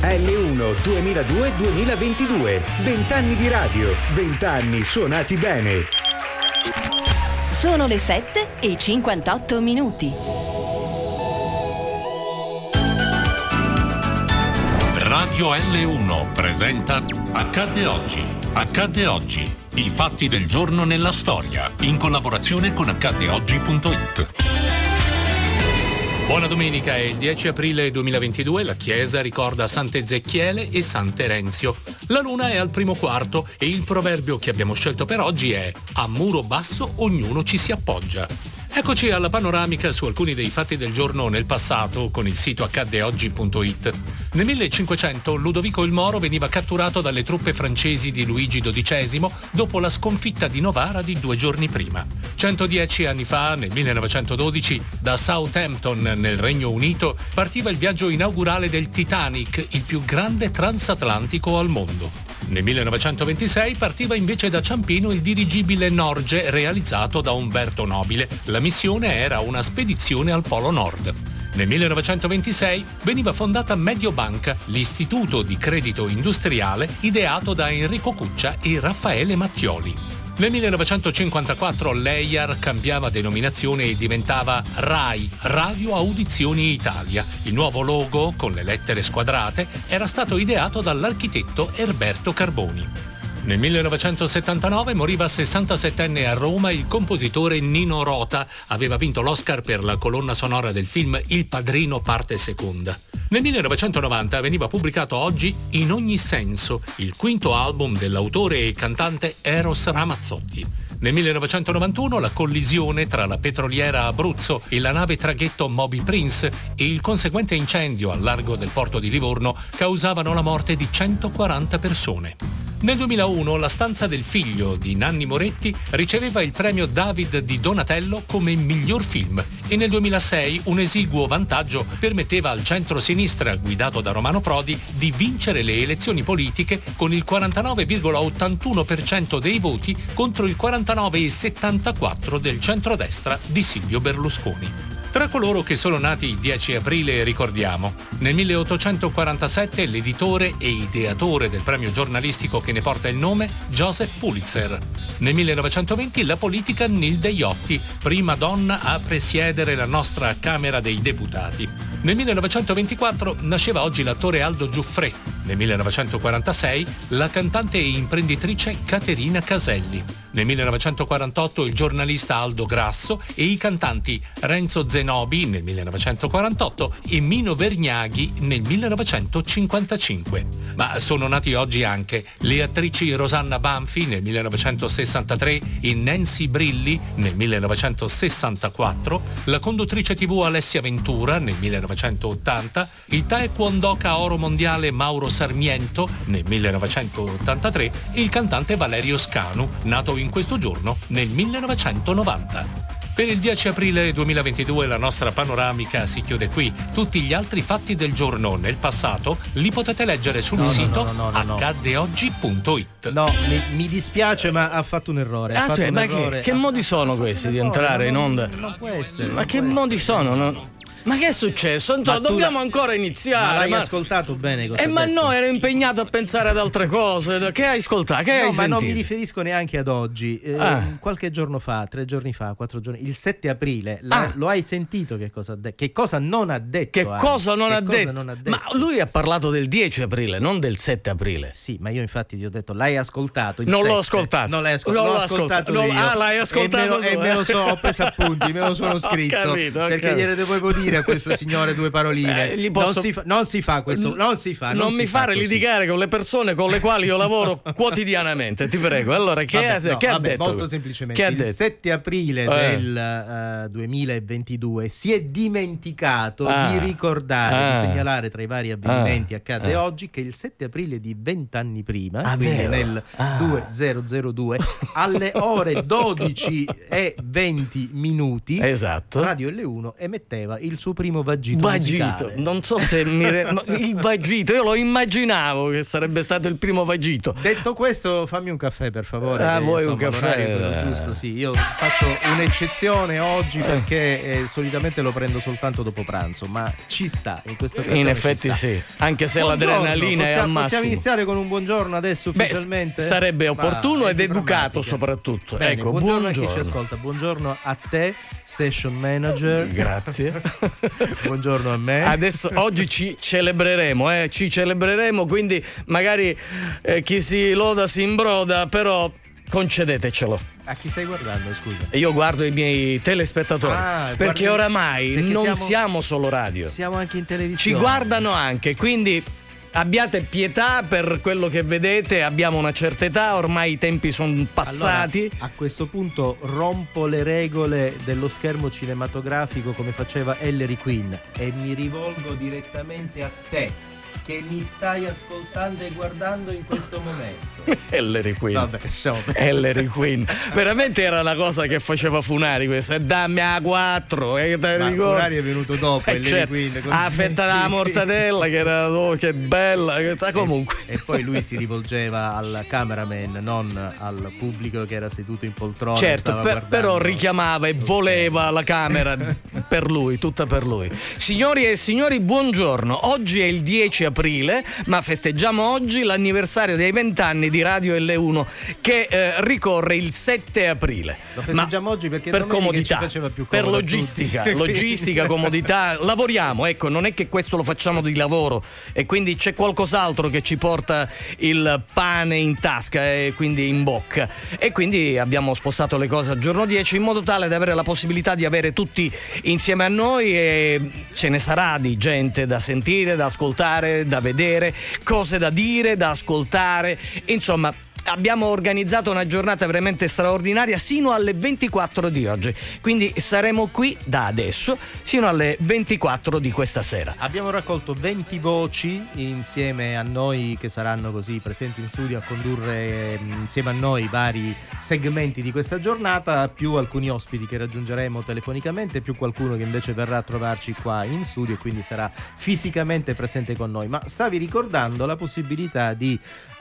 L1 2002-2022. 20 anni di radio, 20 anni suonati bene. Sono le 7:58. Radio L1 presenta Accadde oggi. Accadde oggi. I fatti del giorno nella storia, in collaborazione con accaddeoggi.it. Buona domenica, è il 10 aprile 2022, la Chiesa ricorda Sant'Ezechiele e Sant'Erenzio. La luna è al primo quarto e il proverbio che abbiamo scelto per oggi è: a muro basso ognuno ci si appoggia. Eccoci alla panoramica su alcuni dei fatti del giorno nel passato con il sito accaddeoggi.it. Nel 1500 Ludovico il Moro veniva catturato dalle truppe francesi di Luigi XII dopo la sconfitta di Novara di 2 giorni prima. 110 anni fa, nel 1912, da Southampton nel Regno Unito partiva il viaggio inaugurale del Titanic, il più grande transatlantico al mondo. Nel 1926 partiva invece da Ciampino il dirigibile Norge realizzato da Umberto Nobile. La missione era una spedizione al Polo Nord. Nel 1926 veniva fondata Mediobanca, l'istituto di credito industriale ideato da Enrico Cuccia e Raffaele Mattioli. Nel 1954 l'EIAR cambiava denominazione e diventava RAI, Radio Audizioni Italia. Il nuovo logo, con le lettere squadrate, era stato ideato dall'architetto Erberto Carboni. Nel 1979 moriva 67enne a Roma il compositore Nino Rota. Aveva vinto l'Oscar per la colonna sonora del film Il Padrino parte seconda. Nel 1990 veniva pubblicato Oggi in ogni senso, il quinto album dell'autore e cantante Eros Ramazzotti. Nel 1991 la collisione tra la petroliera Abruzzo e la nave traghetto Moby Prince e il conseguente incendio al largo del porto di Livorno causavano la morte di 140 persone. Nel 2001 La stanza del figlio di Nanni Moretti riceveva il premio David di Donatello come miglior film e nel 2006 un esiguo vantaggio permetteva al centro-sinistra guidato da Romano Prodi di vincere le elezioni politiche con il 49,81% dei voti contro il 49,74% del centrodestra di Silvio Berlusconi. Tra coloro che sono nati il 10 aprile ricordiamo: nel 1847 l'editore e ideatore del premio giornalistico che ne porta il nome, Joseph Pulitzer. Nel 1920 la politica Nilde Iotti, prima donna a presiedere la nostra Camera dei Deputati. Nel 1924 nasceva oggi l'attore Aldo Giuffrè. Nel 1946 la cantante e imprenditrice Caterina Caselli. Nel 1948 il giornalista Aldo Grasso e i cantanti Renzo Zenobi nel 1948 e Mino Vergnaghi nel 1955. Ma sono nati oggi anche le attrici Rosanna Banfi nel 1963 e Nancy Brilli nel 1964, la conduttrice TV Alessia Ventura nel 1980, il taekwondoka oro mondiale Mauro Sarmiento nel 1983 e il cantante Valerio Scanu, nato in questo giorno nel 1990. Per il 10 aprile 2022 la nostra panoramica si chiude qui. Tutti gli altri fatti del giorno nel passato li potete leggere sul sito accaddeoggi.it. No, mi dispiace, ma ha fatto un errore. Che modi sono questi di entrare in onda? Non può essere. Ma che modi sono? Ma che è successo? Dobbiamo ancora iniziare. Ma l'hai ascoltato bene? Cosa ma detto? no, ero impegnato a pensare ad altre cose. Che hai ascoltato? Che hai sentito? Ma non mi riferisco neanche ad oggi. Qualche giorno fa, 3 giorni fa, 4 giorni, il 7 aprile, lo hai sentito che cosa ha detto? Che cosa non ha detto? Che cosa non ha detto? Ma lui ha parlato del 10 aprile, non del 7 aprile. Sì, ma io infatti ti ho detto, l'hai ascoltato? Non l'ho ascoltato. Non l'hai ascoltato? L'ho ascoltato io. L'hai ascoltato e me lo ho preso appunti, me lo sono scritto. Perché gliene devo dire a questo signore due paroline. Non si fa questo. Non si fa. Non mi fare litigare con le persone con le quali io lavoro quotidianamente, ti prego. Allora, che ha detto? Molto semplicemente, il 7 aprile del 2022 si è dimenticato di ricordare, di segnalare tra i vari avvenimenti accade oggi, che il 7 aprile di 20 anni prima, quindi nel 2002, alle ore 12:20, esatto, Radio L1 emetteva il suo primo vagito musicale. Non so se il vagito, io lo immaginavo che sarebbe stato il primo vagito. Detto questo, fammi un caffè per favore. Vuoi un caffè? Giusto, sì. Io faccio un'eccezione oggi perché solitamente lo prendo soltanto dopo pranzo, ma ci sta in questa occasione. In effetti sì, anche se buongiorno, l'adrenalina è al massimo. Possiamo iniziare con un buongiorno adesso ufficialmente? Sarebbe opportuno ed educato soprattutto. Bene, ecco, buongiorno a chi ci ascolta, buongiorno a te, station manager. Grazie. Buongiorno a me. Adesso oggi ci celebreremo, quindi magari chi si loda si imbroda, però concedetecelo. A chi stai guardando, scusa? Io guardo i miei telespettatori, perché oramai non siamo solo radio. Siamo anche in televisione. Ci guardano anche, quindi abbiate pietà per quello che vedete, abbiamo una certa età, ormai i tempi sono passati. Allora, a questo punto rompo le regole dello schermo cinematografico come faceva Ellery Queen e mi rivolgo direttamente a te che mi stai ascoltando e guardando in questo momento. Ellery Queen. Vabbè, Ellery Queen. Veramente era una cosa che faceva Funari questa. Dammi a 4. Ma Funari è venuto dopo Ellery Queen. La fetta della mortadella che era che bella. Comunque. E poi lui si rivolgeva al cameraman, non al pubblico che era seduto in poltrona. Certo, però richiamava e voleva la camera per lui, tutta per lui. Signori e signori, buongiorno. Oggi è il 10 aprile, ma festeggiamo oggi l'anniversario dei 20 anni di Radio L1 che ricorre il 7 aprile. Lo festeggiamo oggi perché per comodità, ci faceva più per comodo logistica, comodità. Lavoriamo, ecco, non è che questo lo facciamo di lavoro e quindi c'è qualcos'altro che ci porta il pane in tasca e quindi in bocca, e quindi abbiamo spostato le cose al giorno 10 in modo tale da avere la possibilità di avere tutti insieme a noi, e ce ne sarà di gente da sentire, da ascoltare, da vedere, cose da dire, da ascoltare, insomma abbiamo organizzato una giornata veramente straordinaria sino alle 24 di oggi, quindi saremo qui da adesso sino alle 24 di questa sera. Abbiamo raccolto 20 voci insieme a noi che saranno così presenti in studio a condurre insieme a noi vari segmenti di questa giornata, più alcuni ospiti che raggiungeremo telefonicamente, più qualcuno che invece verrà a trovarci qua in studio e quindi sarà fisicamente presente con noi. Ma stavi ricordando la possibilità di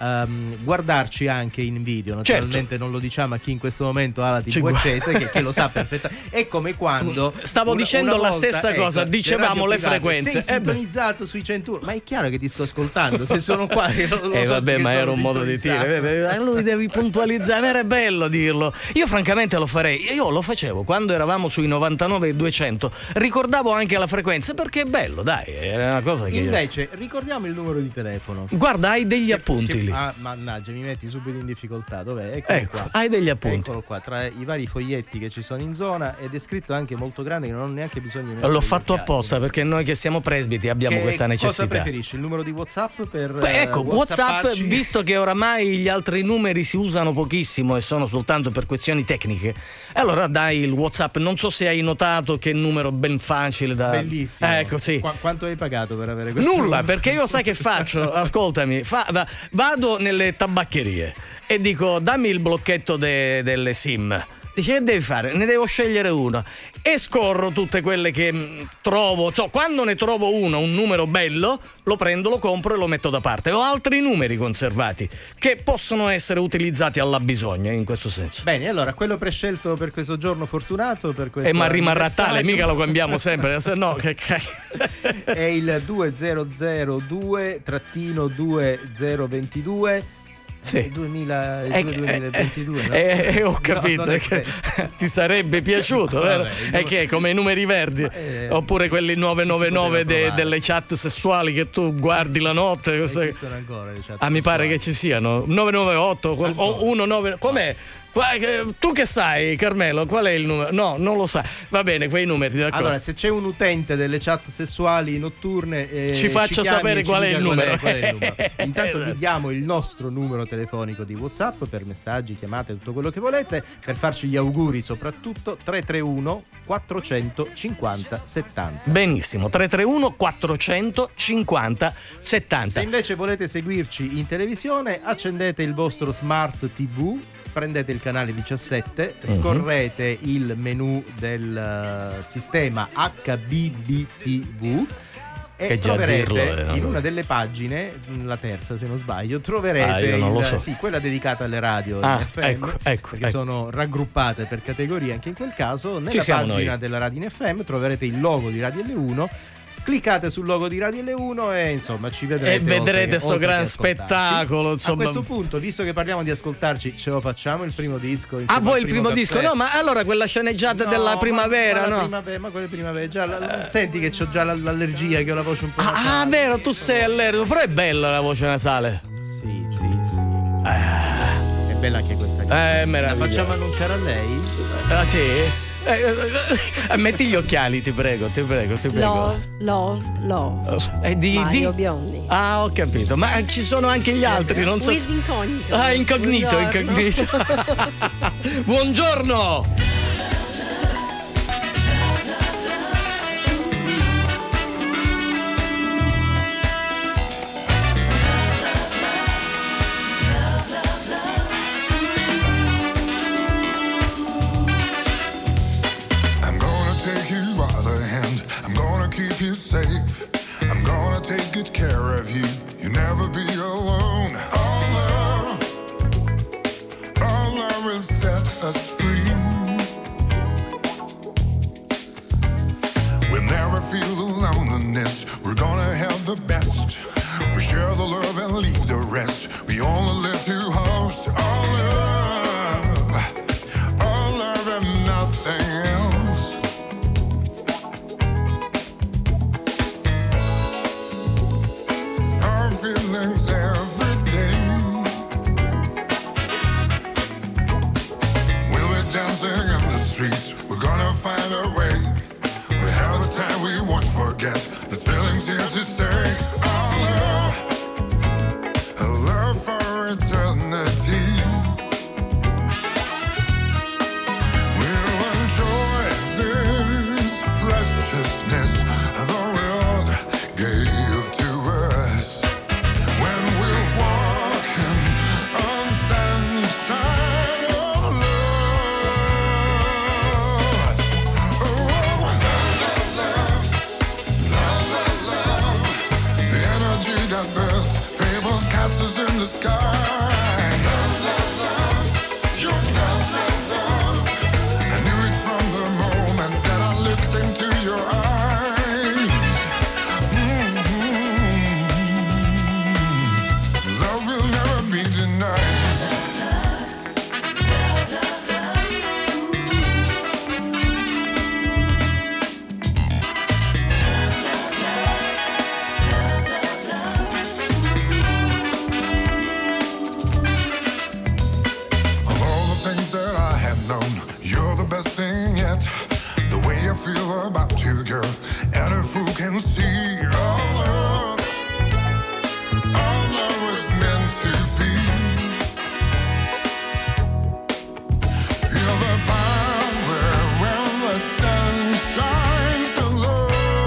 guardarci anche in video, naturalmente. Certo. Non lo diciamo a chi in questo momento ha la TV accesa, che lo sa perfettamente. È come quando stavo dicendo una la volta, stessa cosa, dicevamo le frequenze. Sei sintonizzato sui 101, ma è chiaro che ti sto ascoltando, se sono qua vabbè, ma era un modo di dire. Lui devi puntualizzare, era bello dirlo. Io francamente lo farei, io lo facevo quando eravamo sui 99 e 200, ricordavo anche la frequenza perché è bello, dai, era una cosa che invece ricordiamo il numero di telefono. Guarda, hai degli appunti lì. Mannaggia, mi metti subito in difficoltà. Dov'è? Ecco, qua. Hai degli appunti. Eccolo qua, tra i vari foglietti che ci sono in zona, ed è scritto anche molto grande che non ho neanche bisogno di. L'ho fatto apposta perché noi che siamo presbiti abbiamo questa necessità. Cosa preferisci? Il numero di WhatsApp per ecco, WhatsApp, visto che oramai gli altri numeri si usano pochissimo e sono soltanto per questioni tecniche, allora dai il WhatsApp. Non so se hai notato che numero ben facile da. Bellissimo. Ecco, sì. Quanto hai pagato per avere questo? Nulla, numero? Perché io sai che faccio? Ascoltami, vado nelle tabaccherie e dico dammi il blocchetto delle SIM. Dice che devi fare? Ne devo scegliere uno e scorro tutte quelle che trovo. Quando ne trovo uno, un numero bello, lo prendo, lo compro e lo metto da parte. Ho altri numeri conservati che possono essere utilizzati alla bisogna, in questo senso. Bene, allora quello prescelto per questo giorno fortunato, per questo ma rimarrà tale, mica lo cambiamo sempre, se no che è il 2002-2022 sì. 2022 ho capito, no, ti sarebbe piaciuto, vero? È che come i numeri verdi, oppure quelli 999 delle chat sessuali che tu guardi la notte. Esistono ancora le chat sessuali? Mi pare che ci siano 998 o 19. Com'è? Tu che sai, Carmelo, qual è il numero? No, non lo sai. Va bene, quei numeri, d'accordo. Allora, se c'è un utente delle chat sessuali notturne, ci faccia sapere qual è il numero. Intanto vi diamo il nostro numero telefonico di WhatsApp per messaggi, chiamate, tutto quello che volete, per farci gli auguri, soprattutto 331 450 70. Benissimo, 331 450 70. Se invece volete seguirci in televisione, accendete il vostro smart TV prendete il canale 17, scorrete il menu del sistema HBBTV e troverete in una delle pagine, la terza se non sbaglio, troverete quella dedicata alle radio in FM, che sono raggruppate per categorie anche in quel caso. Nella pagina della radio in FM troverete il logo di Radio L1. Cliccate sul logo di Radio L1 e insomma ci vedrete. E vedrete sto gran spettacolo. Insomma. A questo punto, visto che parliamo di ascoltarci, ce lo facciamo il primo disco? Voi il primo disco? No, ma allora quella sceneggiata della primavera, no? Ma quella primavera, senti che c'ho già l'allergia, che ho la voce un po' nasale. Vero, tu sei allergico, però è bella la voce nasale. Sì. È bella anche questa canzone. La facciamo annunciare a lei? Sì? Metti gli occhiali, ti prego. Love. Mario Biondi. Ho capito, ma ci sono anche gli altri, non so. Incognito. Buongiorno. You safe, I'm gonna take good care of you. You'll never be alone. Our love will set us free. We'll never feel the loneliness. We're gonna have the best. We share the love and leave the rest. We only live to host our love and nothing else. Feelings every day. We'll be dancing in the streets. We're gonna find a way. We'll have the time we won't forget. This feeling's here to stay. A love for eternity. We'll enjoy this preciousness the world gave to us. In the sky. Your love. I knew it from the moment that I looked into your eyes. Love will never be denied. I feel about you, girl, and if who can see our love was meant to be. Feel the power when the sun shines alone.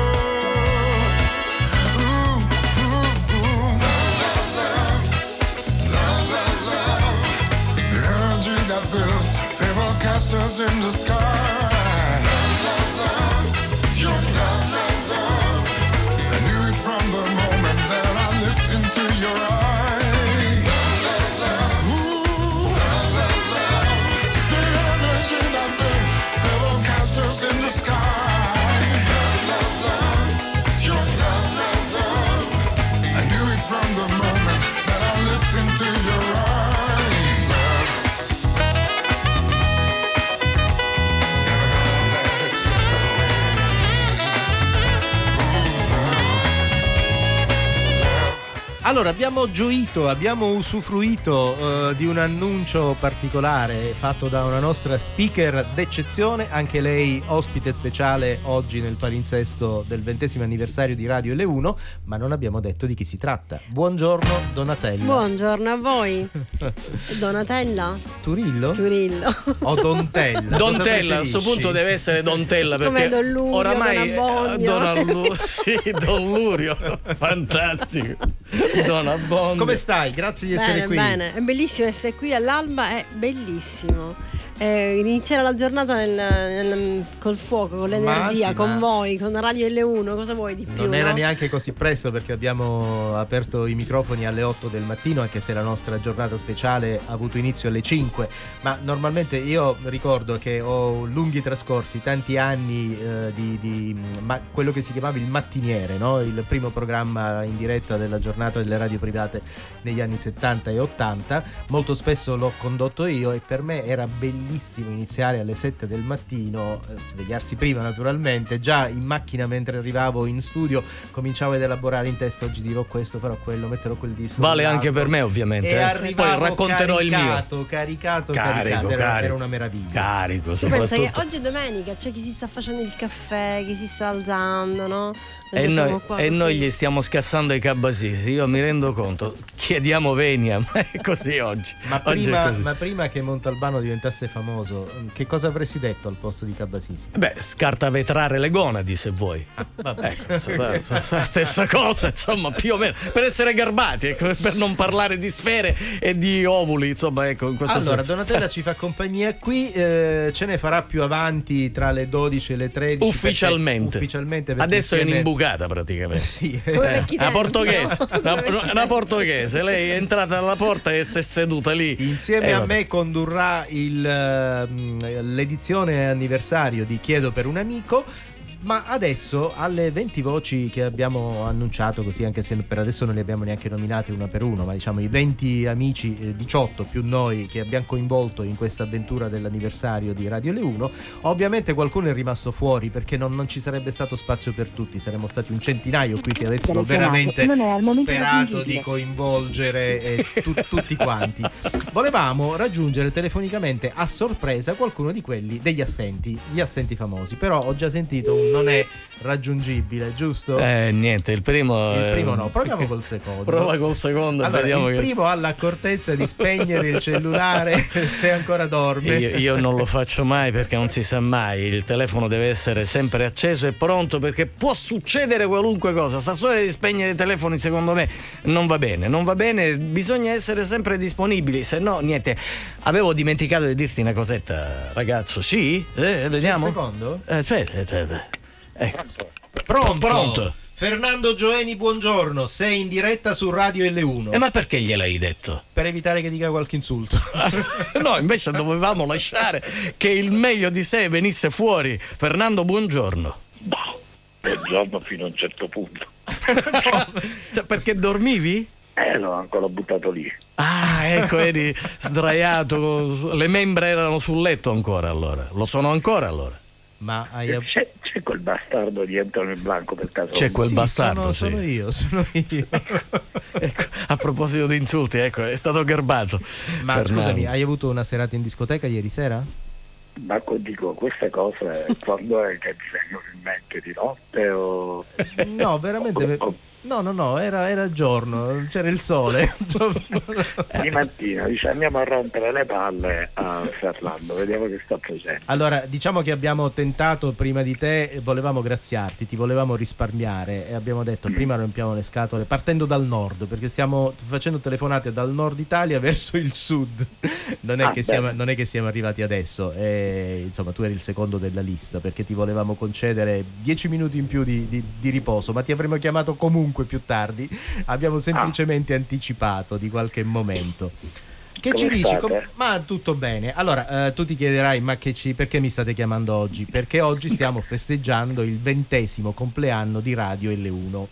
Love. The energy that builds fable castles in the sky. Allora, abbiamo usufruito di un annuncio particolare fatto da una nostra speaker d'eccezione, anche lei ospite speciale oggi nel palinsesto del 20° anniversario di Radio L1, ma non abbiamo detto di chi si tratta. Buongiorno Donatella. Buongiorno a voi. Donatella? Turillo? O Dontella? Dontella, a questo punto deve essere Dontella, perché Don Lurio, oramai Don Lurio, fantastico. Donna Abbondio. Come stai? Grazie di essere qui. Bene, è bellissimo essere qui all'alba, è bellissimo. Iniziare la giornata col fuoco, con l'energia, con voi, con Radio L1, cosa vuoi di più? Non era neanche così presto, perché abbiamo aperto i microfoni alle 8 del mattino, anche se la nostra giornata speciale ha avuto inizio alle 5, ma normalmente io ricordo che ho lunghi trascorsi, tanti anni ma quello che si chiamava il mattiniere, no? Il primo programma in diretta della giornata delle radio private negli anni 70 e 80. Molto spesso l'ho condotto io e per me era bellissimo iniziare alle 7 del mattino, svegliarsi prima naturalmente, già in macchina mentre arrivavo in studio cominciavo ad elaborare in testa: oggi dirò questo, farò quello, metterò quel disco. Vale anche per me, ovviamente. E poi racconterò il mio. Caricato. Carico. Era una meraviglia. Carico, tu pensa che oggi è domenica, c'è chi si sta facendo il caffè, chi si sta alzando, no? E noi gli stiamo scassando i cabasisi, io mi rendo conto, chiediamo venia, ma è così oggi. Ma prima che Montalbano diventasse famoso, che cosa avresti detto al posto di Cabasisi? Scarta vetrare le gonadi, se vuoi. La stessa cosa, insomma, più o meno, per essere garbati, ecco, per non parlare di sfere e di ovuli, insomma, ecco, in questo allora, senso. Donatella ci fa compagnia qui, ce ne farà più avanti tra le 12 e le 13. Ufficialmente adesso è in imbucata praticamente. Sì, una portoghese, lei è entrata dalla porta e si è seduta lì. Insieme a me condurrà l'edizione anniversario di Chiedo per un amico. Ma adesso, alle 20 voci che abbiamo annunciato, così, anche se per adesso non le abbiamo neanche nominate una per uno, ma diciamo i 20 amici, 18 più noi, che abbiamo coinvolto in questa avventura dell'anniversario di Radio L1, ovviamente qualcuno è rimasto fuori, perché non ci sarebbe stato spazio per tutti. Saremmo stati un centinaio qui se avessimo veramente sperato di coinvolgere tutti quanti. Volevamo raggiungere telefonicamente a sorpresa qualcuno di quelli degli assenti, gli assenti famosi, però ho già sentito non è raggiungibile, giusto? Niente, il primo no, proviamo col secondo. Prova col secondo. Allora, vediamo il primo ha l'accortezza di spegnere il cellulare se ancora dorme. Io non lo faccio mai, perché non si sa mai, il telefono deve essere sempre acceso e pronto, perché può succedere qualunque cosa. Sta storia di spegnere i telefoni, secondo me, non va bene, bisogna essere sempre disponibili, se no niente. Avevo dimenticato di dirti una cosetta, ragazzo. Sì? Vediamo. Un secondo? Aspetta. Ecco. Pronto. Fernando Gioeni, buongiorno. Sei in diretta su Radio L1. Ma perché gliel'hai detto? Per evitare che dica qualche insulto. No, invece dovevamo lasciare che il meglio di sé venisse fuori. Fernando, buongiorno. Buongiorno fino a un certo punto. Perché dormivi? L'ho ancora buttato lì. Ecco, eri sdraiato, le membra erano sul letto ancora, allora. Lo sono ancora, allora. Ma c'è quel bastardo di Antonio Blanco, per caso? C'è quel bastardo, sono io. Ecco, a proposito di insulti, ecco, è stato garbato. Ma Fernando, scusami, hai avuto una serata in discoteca ieri sera? Ma dico, queste cose quando è che ti vengono in mente, di notte o... No, veramente... No, era giorno, c'era il sole. Di mattina dice: andiamo a rompere le palle a Fernando, vediamo che sta facendo. Allora, diciamo che abbiamo tentato prima di te, volevamo graziarti, ti volevamo risparmiare e abbiamo detto prima rompiamo le scatole partendo dal nord, perché stiamo facendo telefonate dal nord Italia verso il sud. Non è che siamo arrivati adesso, insomma tu eri il secondo della lista, perché ti volevamo concedere 10 minuti in più di riposo, ma ti avremmo chiamato comunque più tardi. Abbiamo semplicemente anticipato di qualche momento. Che come ci dici? state? Ma tutto bene. Allora, tu ti chiederai: ma perché mi state chiamando oggi? Perché oggi stiamo festeggiando il 20° compleanno di Radio L1.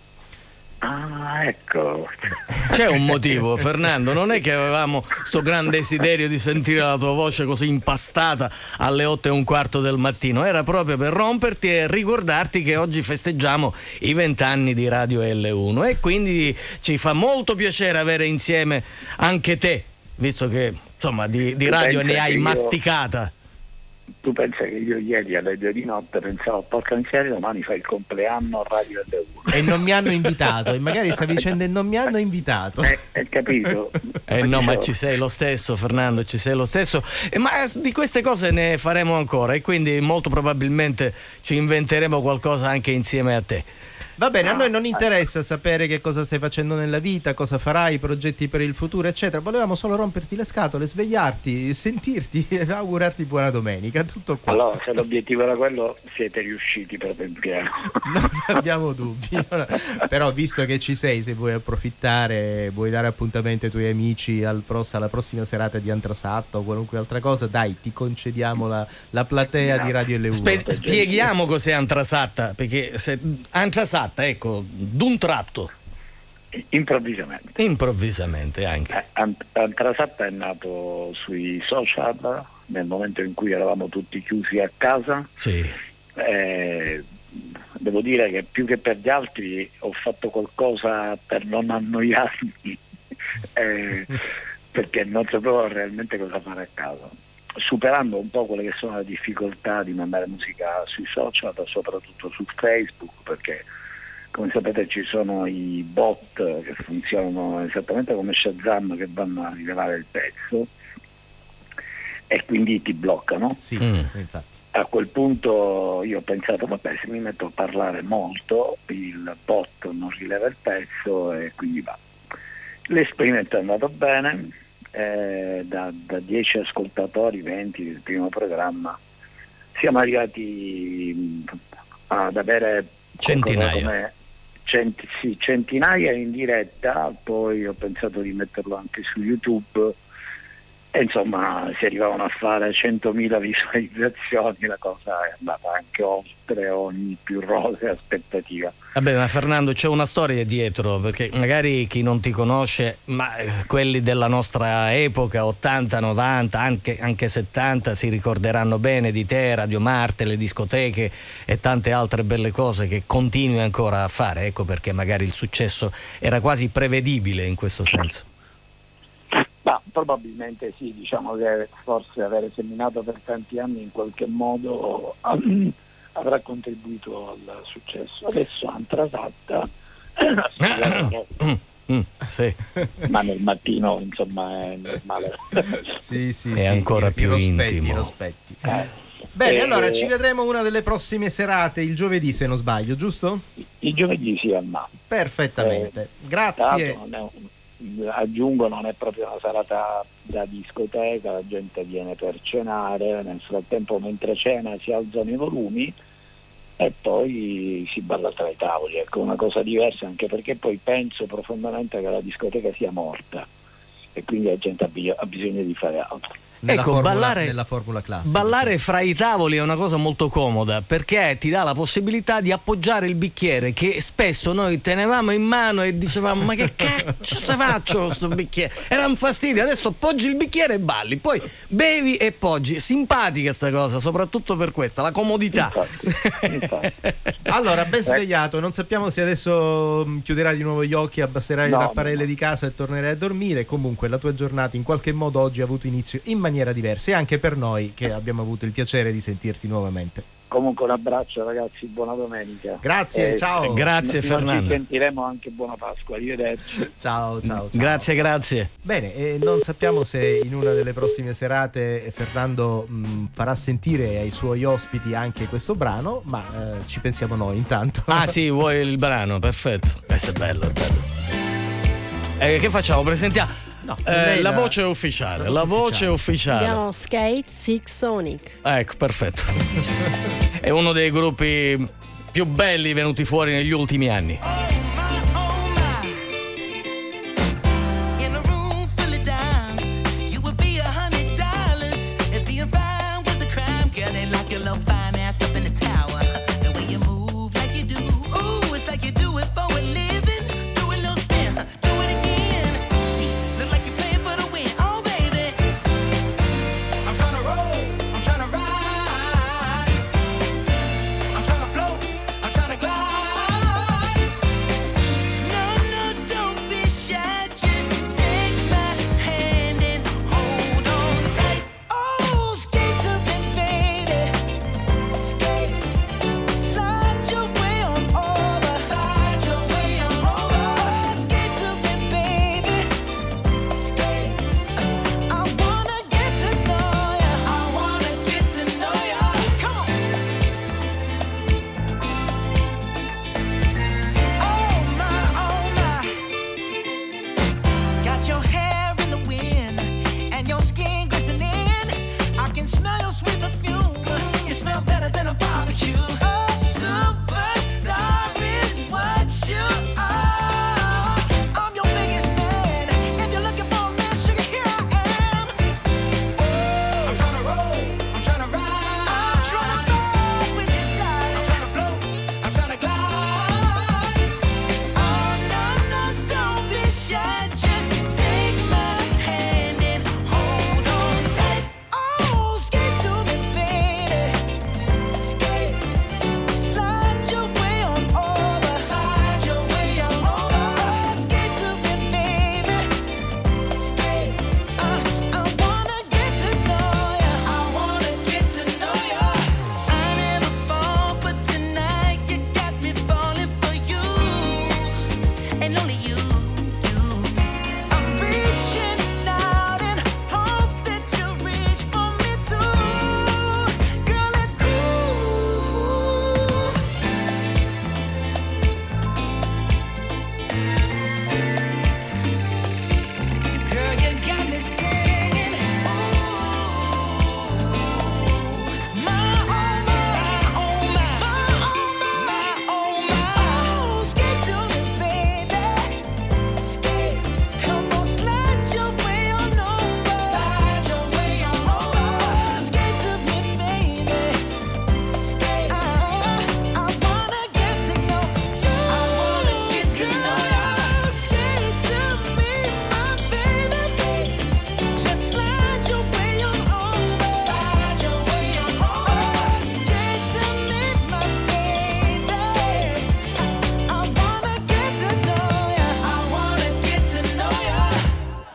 Ecco. C'è un motivo, Fernando, non è che avevamo sto gran desiderio di sentire la tua voce così impastata alle 8:15 del mattino, era proprio per romperti e ricordarti che oggi festeggiamo i 20 anni di Radio L1 e quindi ci fa molto piacere avere insieme anche te, visto che insomma di radio ne hai masticata. Tu pensa che io ieri alle 2 di notte pensavo: porca miseria, domani fa il compleanno a Radio L1 e non mi hanno invitato, e magari stavi dicendo: e non mi hanno invitato. Hai capito? No, ma ci sei lo stesso, Fernando, ci sei lo stesso. Ma di queste cose ne faremo ancora e quindi molto probabilmente ci inventeremo qualcosa anche insieme a te. Va bene, a noi non interessa sapere che cosa stai facendo nella vita, cosa farai, progetti per il futuro, eccetera. Volevamo solo romperti le scatole, svegliarti, sentirti e augurarti buona domenica. Tutto qua. Allora, se l'obiettivo era quello, siete riusciti proprio in pieno. Non abbiamo dubbi. Però, visto che ci sei, se vuoi approfittare, vuoi dare appuntamento ai tuoi amici alla prossima serata di Antrasat o qualunque altra cosa, dai, ti concediamo la platea di Radio L1. Spieghiamo cos'è Antrasat, perché Antrasat, ecco, d'un tratto. Improvvisamente anche. Antrasat è nato sui social nel momento in cui eravamo tutti chiusi a casa. Sì. Devo dire che più che per gli altri ho fatto qualcosa per non annoiarmi, perché non sapevo realmente cosa fare a casa, superando un po' quelle che sono le difficoltà di mandare musica sui social, soprattutto su Facebook, perché come sapete ci sono i bot che funzionano esattamente come Shazam, che vanno a rilevare il pezzo e quindi ti bloccano. Sì, infatti. A quel punto io ho pensato, vabbè, se mi metto a parlare molto il bot non rileva il pezzo e quindi va. L'esperimento è andato bene, da 10 ascoltatori, 20 del primo programma siamo arrivati ad avere centinaia. Centinaia in diretta, poi ho pensato di metterlo anche su YouTube e insomma si arrivavano a fare 100.000 visualizzazioni, la cosa è andata anche oltre ogni più rosea aspettativa. Vabbè, ma Fernando, c'è una storia dietro, perché magari chi non ti conosce, ma quelli della nostra epoca, 80, 90, anche 70, si ricorderanno bene di te, Radio Marte, le discoteche e tante altre belle cose che continui ancora a fare. Ecco perché magari il successo era quasi prevedibile in questo senso. Ma probabilmente sì, diciamo che forse avere seminato per tanti anni in qualche modo avrà contribuito al successo. Adesso Antrasat sì. Ma nel mattino insomma è normale. Sì, è ancora più intimo. Rospetti. Bene, allora ci vedremo una delle prossime serate, il giovedì se non sbaglio, giusto? Il giovedì sì, ma perfettamente. Grazie. Aggiungo, non è proprio una serata da discoteca, la gente viene per cenare, nel frattempo mentre cena si alzano i volumi e poi si balla tra i tavoli, ecco, una cosa diversa, anche perché poi penso profondamente che la discoteca sia morta e quindi la gente ha bisogno di fare altro. Nella formula classica. Ballare fra i tavoli è una cosa molto comoda, perché ti dà la possibilità di appoggiare il bicchiere, che spesso noi tenevamo in mano e dicevamo ma che cazzo faccio sto bicchiere, era un fastidio. Adesso appoggi il bicchiere e balli, poi bevi e poggi. Simpatica sta cosa, soprattutto per questa, la comodità. Infatti. Allora, ben svegliato, non sappiamo se adesso chiuderai di nuovo gli occhi, abbasserai le tapparelle di casa e tornerai a dormire. Comunque la tua giornata in qualche modo oggi ha avuto inizio in maniera diversa, e anche per noi che abbiamo avuto il piacere di sentirti nuovamente. Comunque un abbraccio ragazzi, buona domenica. Grazie, ciao. Grazie Fernando. Ci sentiremo anche, buona Pasqua, arrivederci. Ciao. Grazie. Bene, non sappiamo se in una delle prossime serate Fernando farà sentire ai suoi ospiti anche questo brano, ma ci pensiamo noi intanto. Ah sì, vuoi il brano? Perfetto. Questo è bello. Che facciamo? Presentiamo? No, la voce è ufficiale. La voce è ufficiale. Abbiamo Skate Six Sonic. Ecco, perfetto. È uno dei gruppi più belli venuti fuori negli ultimi anni.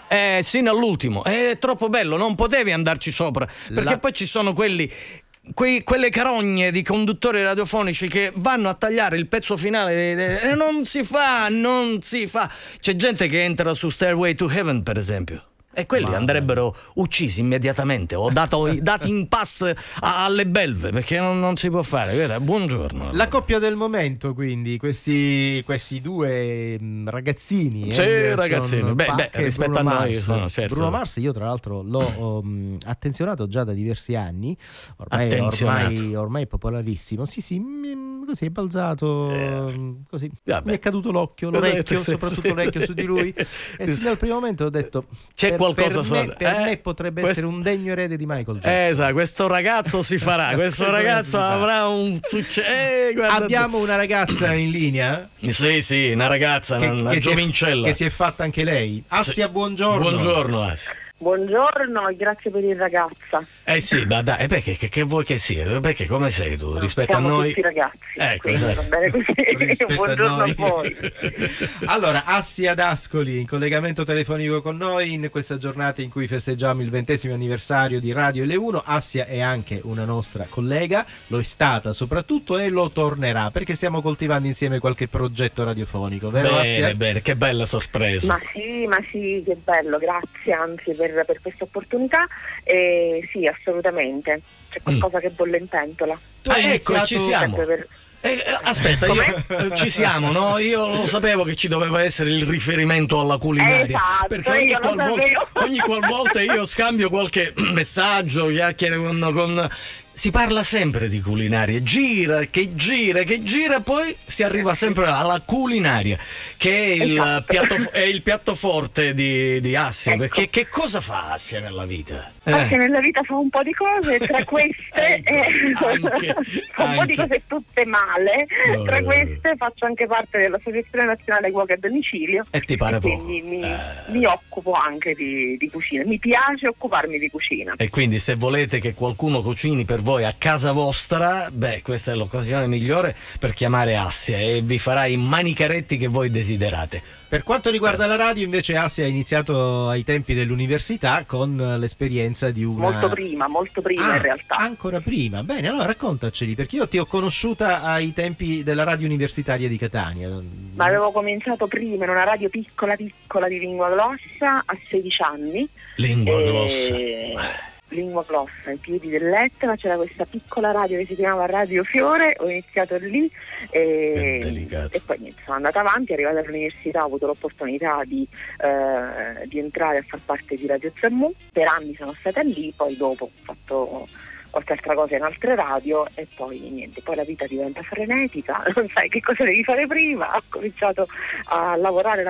sino all'ultimo. È troppo bello, non potevi andarci sopra, perché poi ci sono quelle carogne di conduttori radiofonici che vanno a tagliare il pezzo finale e non si fa. C'è gente che entra su Stairway to Heaven, per esempio, e quelli andrebbero uccisi immediatamente o dati in pass alle belve, perché non si può fare. Guarda, buongiorno. La coppia del momento, quindi questi due ragazzini. Sì, ragazzini. Beh, rispetto Bruno a noi Mars. sono, certo. Bruno Mars, io tra l'altro l'ho attenzionato già da diversi anni. Ormai è popolarissimo. Sì, così è balzato. Così. Mi è caduto l'orecchio, soprattutto l'orecchio su di lui. E sin dal primo momento ho detto: c'è qualcosa per me potrebbe essere un degno erede di Michael Jackson. Esatto, questo ragazzo si farà, questo ragazzo avrà un successo. Abbiamo una ragazza in linea? Sì, una ragazza, una giovincella. Che si è fatta anche lei. Assia, buongiorno. Buongiorno, Assia. Buongiorno, grazie per il ragazza. Sì, ma dai, perché che vuoi che sia? Perché come sei tu rispetto siamo a noi? Tutti ragazzi. Ecco, va bene così. Buongiorno a voi. Allora, Assia D'Ascoli in collegamento telefonico con noi in questa giornata in cui festeggiamo il 20° anniversario di Radio L1. Assia è anche una nostra collega, lo è stata soprattutto e lo tornerà, perché stiamo coltivando insieme qualche progetto radiofonico, vero Assia? Bene, che bella sorpresa. Ma sì, che bello, grazie anzi per questa opportunità. Sì, assolutamente. C'è qualcosa che bolle in pentola. Ecco, ci siamo. Aspetta, ci siamo, no? Io lo sapevo che ci doveva essere il riferimento alla culinaria, esatto, perché ogni qualvolta io scambio qualche messaggio, chiacchiere con si parla sempre di culinaria, gira, poi si arriva sempre alla culinaria, che è il piatto forte di Assia. Ecco. Perché che cosa fa Assia nella vita? Assia nella vita fa un po' di cose, tra queste un po' di cose tutte male. Tra queste faccio anche parte dell'Associazione Nazionale Cuochi a Domicilio. E ti pare poco? Quindi mi occupo anche di cucina, mi piace occuparmi di cucina. E quindi se volete che qualcuno cucini per voi a casa vostra, questa è l'occasione migliore per chiamare Assia e vi farà i manicaretti che voi desiderate. Per quanto riguarda la radio, invece, Assia ha iniziato ai tempi dell'università con l'esperienza di una... Molto prima in realtà. Ancora prima? Bene, allora raccontaceli, perché io ti ho conosciuta ai tempi della radio universitaria di Catania. Ma avevo cominciato prima in una radio piccola di lingua glossa a 16 anni. Lingua glossa. Lingua glossa, ai piedi dell'Etna c'era questa piccola radio che si chiamava Radio Fiore. Ho iniziato lì e poi niente, sono andata avanti, arrivata all'università ho avuto l'opportunità di entrare a far parte di Radio Zammu. Per anni sono stata lì, poi dopo ho fatto qualche altra cosa in altre radio e poi niente, poi la vita diventa frenetica, non sai che cosa devi fare prima. Ho cominciato a lavorare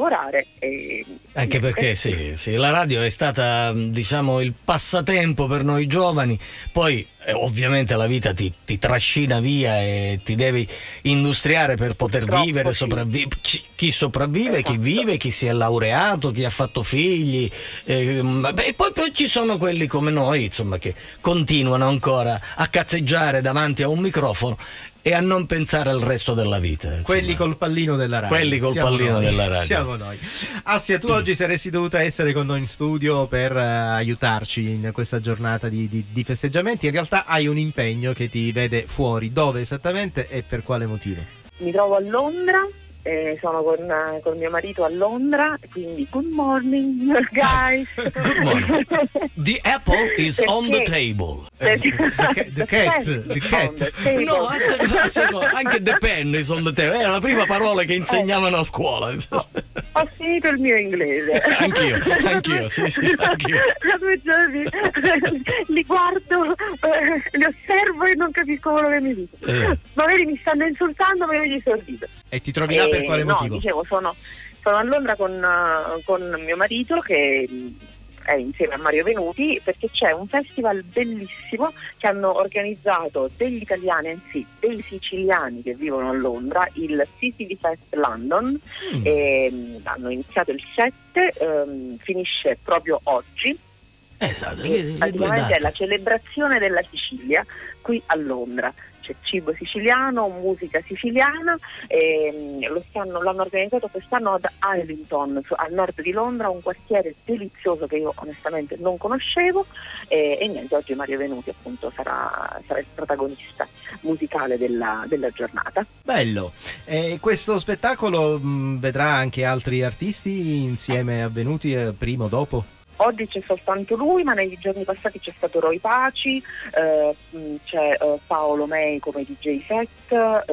e anche perché sì, la radio è stata, diciamo, il passatempo per noi giovani. Poi ovviamente la vita ti trascina via e ti devi industriare per poter vivere, sopravvivere. Chi sopravvive, esatto. Chi vive, chi si è laureato, chi ha fatto figli, e poi ci sono quelli come noi, insomma, che continuano ancora a cazzeggiare davanti a un microfono e a non pensare al resto della vita, insomma. Quelli col pallino della radio. Della radio. Siamo noi. Assia, tu oggi saresti dovuta essere con noi in studio per aiutarci in questa giornata di festeggiamenti. In realtà hai un impegno che ti vede fuori. Dove esattamente e per quale motivo? Mi trovo a Londra. Sono con mio marito a Londra, quindi good morning guys. Good morning. The apple is on the table. The cat. No, anche the pen is on the table. Era la prima parola che insegnavano a scuola. Ho finito il mio inglese. Anch'io, sì, anch'io. Da 2 giorni li guardo, li osservo e non capisco quello che mi dicono. Magari mi stanno insultando, ma io gli sorrido. E ti trovi là per quale motivo? No, dicevo, sono a Londra con mio marito che è insieme a Mario Venuti, perché c'è un festival bellissimo che hanno organizzato degli italiani, anzi dei siciliani che vivono a Londra, il Sicily Fest London. Hanno iniziato il 7, finisce proprio oggi. Esatto, praticamente è la celebrazione della Sicilia qui a Londra. invece cibo siciliano, musica siciliana, l'hanno organizzato quest'anno ad Islington, al nord di Londra, un quartiere delizioso che io onestamente non conoscevo, e niente, oggi Mario Venuti appunto sarà il protagonista musicale della giornata. Bello. Questo spettacolo vedrà anche altri artisti insieme a Venuti, prima o dopo? Oggi c'è soltanto lui, ma nei giorni passati c'è stato Roy Paci, c'è Paolo Mei come DJ set,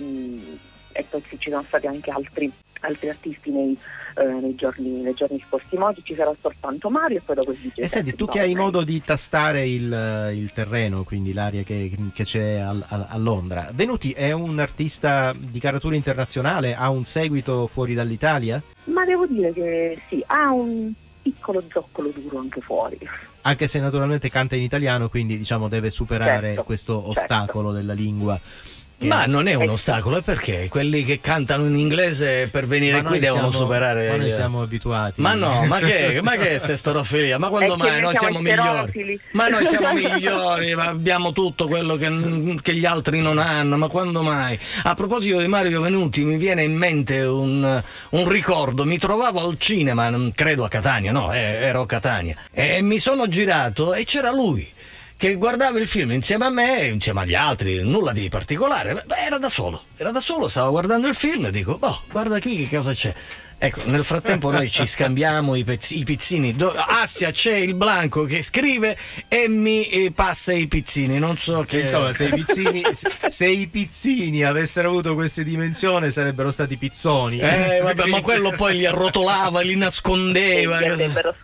e poi ci sono stati anche altri artisti nei giorni scorsi. Oggi ci sarà soltanto Mario e poi dopo il DJ set. Senti, tu che hai modo di tastare il terreno, quindi l'area che c'è a Londra, Venuti è un artista di caratura internazionale? Ha un seguito fuori dall'Italia? Ma devo dire che sì, ha un piccolo zoccolo duro anche fuori. Anche se naturalmente canta in italiano, quindi diciamo deve superare questo ostacolo della lingua. Ma non è un ostacolo, è perché quelli che cantano in inglese per venire qui devono superare. Ma noi siamo abituati. Ma no, ma che è sta storofilia? Ma quando mai noi siamo migliori? Ma noi siamo migliori, ma abbiamo tutto quello che gli altri non hanno, ma quando mai? A proposito di Mario Venuti, mi viene in mente un ricordo. Mi trovavo al cinema, credo a Catania, no, ero a Catania, e mi sono girato e c'era lui che guardava il film insieme a me e insieme agli altri, nulla di particolare. Beh, era da solo, stava guardando il film e dico, guarda qui che cosa c'è. Ecco, nel frattempo noi ci scambiamo i pizzini. Assia, c'è il Blanco che scrive e mi passa i pizzini. Non so che... Insomma, se i pizzini avessero avuto queste dimensioni sarebbero stati pizzoni. Vabbè, ma quello poi li arrotolava, li nascondeva. Li avrebbero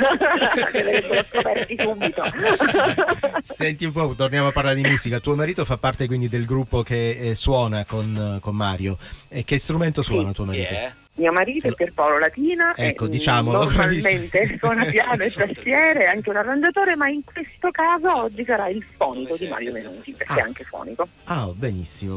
scoperti subito. Senti un po', torniamo a parlare di musica. Tuo marito fa parte quindi del gruppo che suona con Mario. E che strumento suona tuo marito? Mio marito è Pierpaolo Latina, ecco, diciamolo, normalmente suona piano e tastiere, è anche un arrangiatore, ma in questo caso oggi sarà il fonico di Mario Venuti, perché è anche fonico. Benissimo.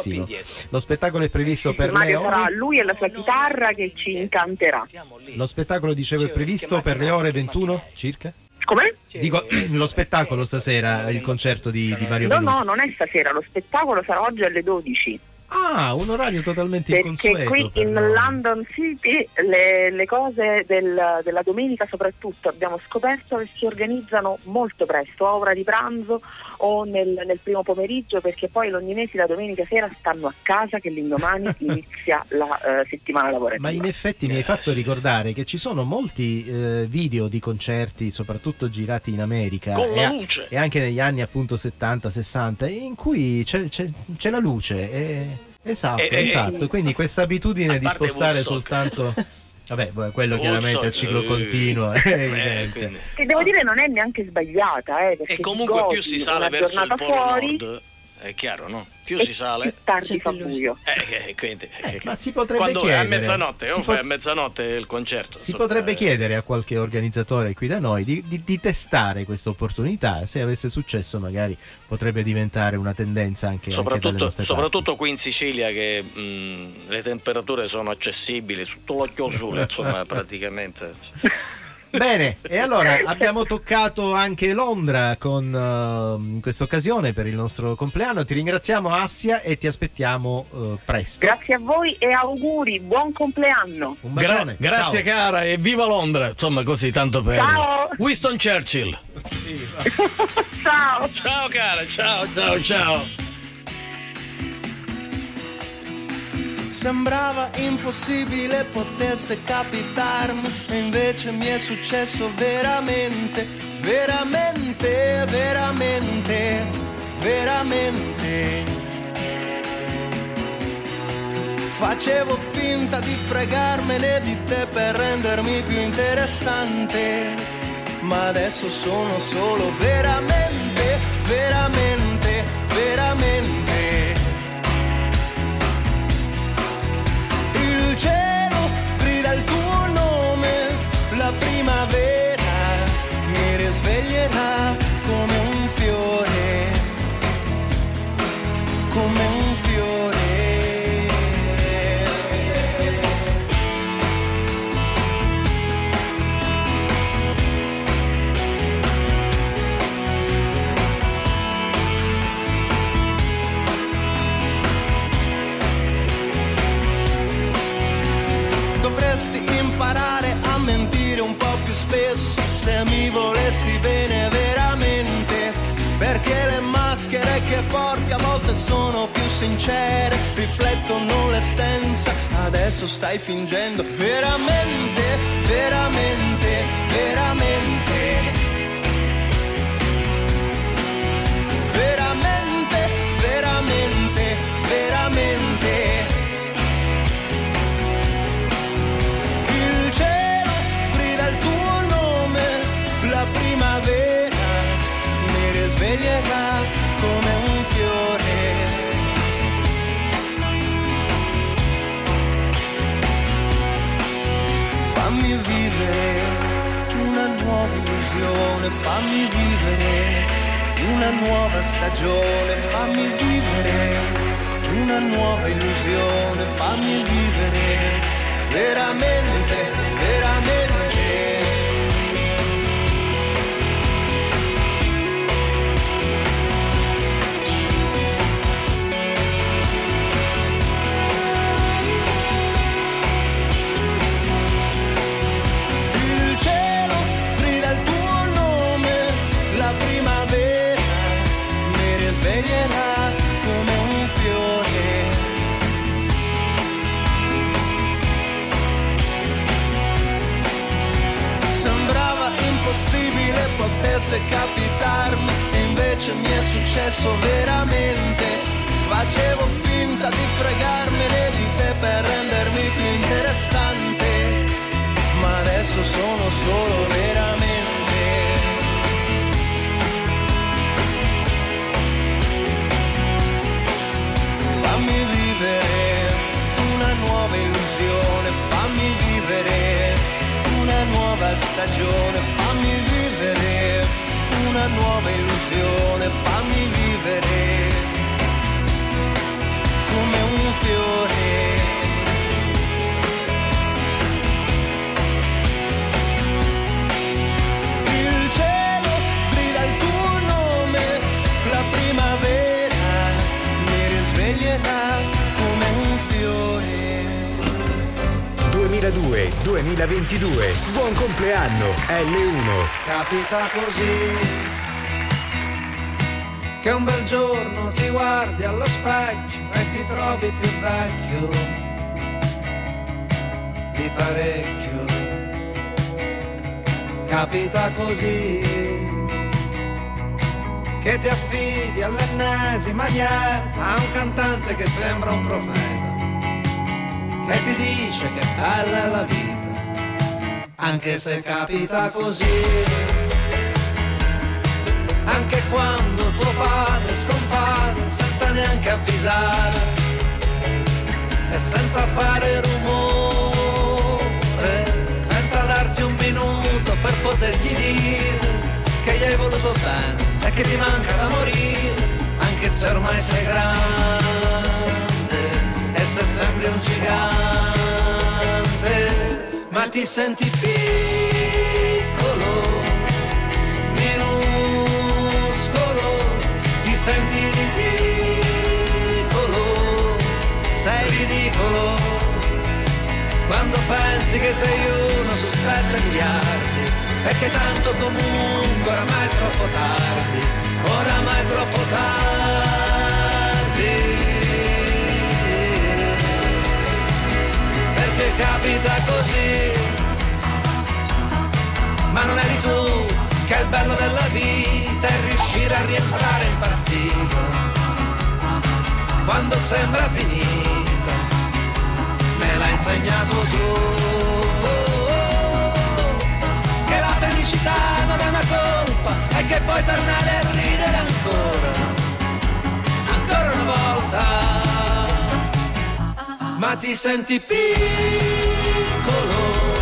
Lo spettacolo è previsto per le ore... sarà lui e la sua chitarra che ci incanterà. Lo spettacolo, dicevo, è previsto per le ore 21 circa? Come? Dico, lo spettacolo stasera, il concerto di Mario Venuti. No, non è stasera, lo spettacolo sarà oggi alle 12. Un orario totalmente inconsueto. Perché qui in London City le cose della domenica soprattutto abbiamo scoperto che si organizzano molto presto, a ora di pranzo o nel primo pomeriggio, perché poi i londinesi la domenica sera stanno a casa che l'indomani inizia la settimana lavorativa. Ma in effetti mi hai fatto ricordare che ci sono molti video di concerti, soprattutto girati in America e anche negli anni appunto 70-60, in cui c'è la luce. Esatto. Quindi questa abitudine di spostare soltanto... Vabbè, quello chiaramente a ciclo continuo è evidente. Che devo dire non è neanche sbagliata, perché e comunque più si sale verso il polo nord, è chiaro, no? Più si sale, più tardi fa buio. Quindi, ma si potrebbe chiedere a mezzanotte, a mezzanotte il concerto. Si potrebbe chiedere a qualche organizzatore qui da noi di testare questa opportunità. Se avesse successo, magari potrebbe diventare una tendenza anche dalle nostre parti. Soprattutto qui in Sicilia, che le temperature sono accessibili sotto l'occhio sole, insomma, praticamente. Bene, e allora abbiamo toccato anche Londra in questa occasione per il nostro compleanno. Ti ringraziamo, Assia, e ti aspettiamo presto. Grazie a voi e auguri, buon compleanno. Un bacione. Grazie, ciao. Cara, e viva Londra. Insomma, così tanto per ciao. Winston Churchill. Ciao cara, ciao. Sembrava impossibile potesse capitarmi, e invece mi è successo veramente, veramente, veramente, veramente. Facevo finta di fregarmene di te per rendermi più interessante, ma adesso sono solo veramente, veramente, veramente. Il cielo grida il tuo nome, la primavera mi risveglierà come un fiore, come un fiore. un po' più spesso, se mi volessi bene veramente, perché le maschere che porti a volte sono più sincere, riflettono l'essenza, adesso stai fingendo veramente, veramente, veramente, veramente, veramente, veramente. Il cielo grida il tuo nome, la primavera mi risveglierà come un fiore. Fammi vivere una nuova illusione, fammi vivere una nuova stagione, fammi vivere una nuova illusione, fammi vivere veramente, veramente. Il cielo grida il tuo nome, la primavera mi risveglierà come un fiore. Sembrava impossibile potesse capitarmi e invece mi è successo veramente. Facevo finta di fregarmene di te per rendermi più interessante, ma adesso sono solo veramente. Fammi vivere una nuova illusione, fammi vivere una nuova stagione, fammi vivere una nuova illusione, fammi vivere come un fiore. Il cielo grida il tuo nome, la primavera mi risveglierà come un fiore. 2002-2022, buon compleanno L1. Capita così che un bel giorno ti guardi allo specchio e ti trovi più vecchio di parecchio. Capita così che ti affidi all'ennesima dieta a un cantante che sembra un profeta, che ti dice che bella è la vita, anche se capita così. Anche quando tuo padre scompare senza neanche avvisare e senza fare rumore, senza darti un minuto per potergli dire che gli hai voluto bene e che ti manca da morire, anche se ormai sei grande e se sembri un gigante, ma ti senti piccolo, ti senti ridicolo, sei ridicolo, quando pensi che sei uno su 7 miliardi e che tanto comunque oramai è troppo tardi, oramai è troppo tardi, perché capita così, ma non eri tu che il bello della vita è riuscire a rientrare in partito quando sembra finita, me l'hai insegnato tu, che la felicità non è una colpa e che puoi tornare a ridere ancora una volta, ma ti senti piccolo,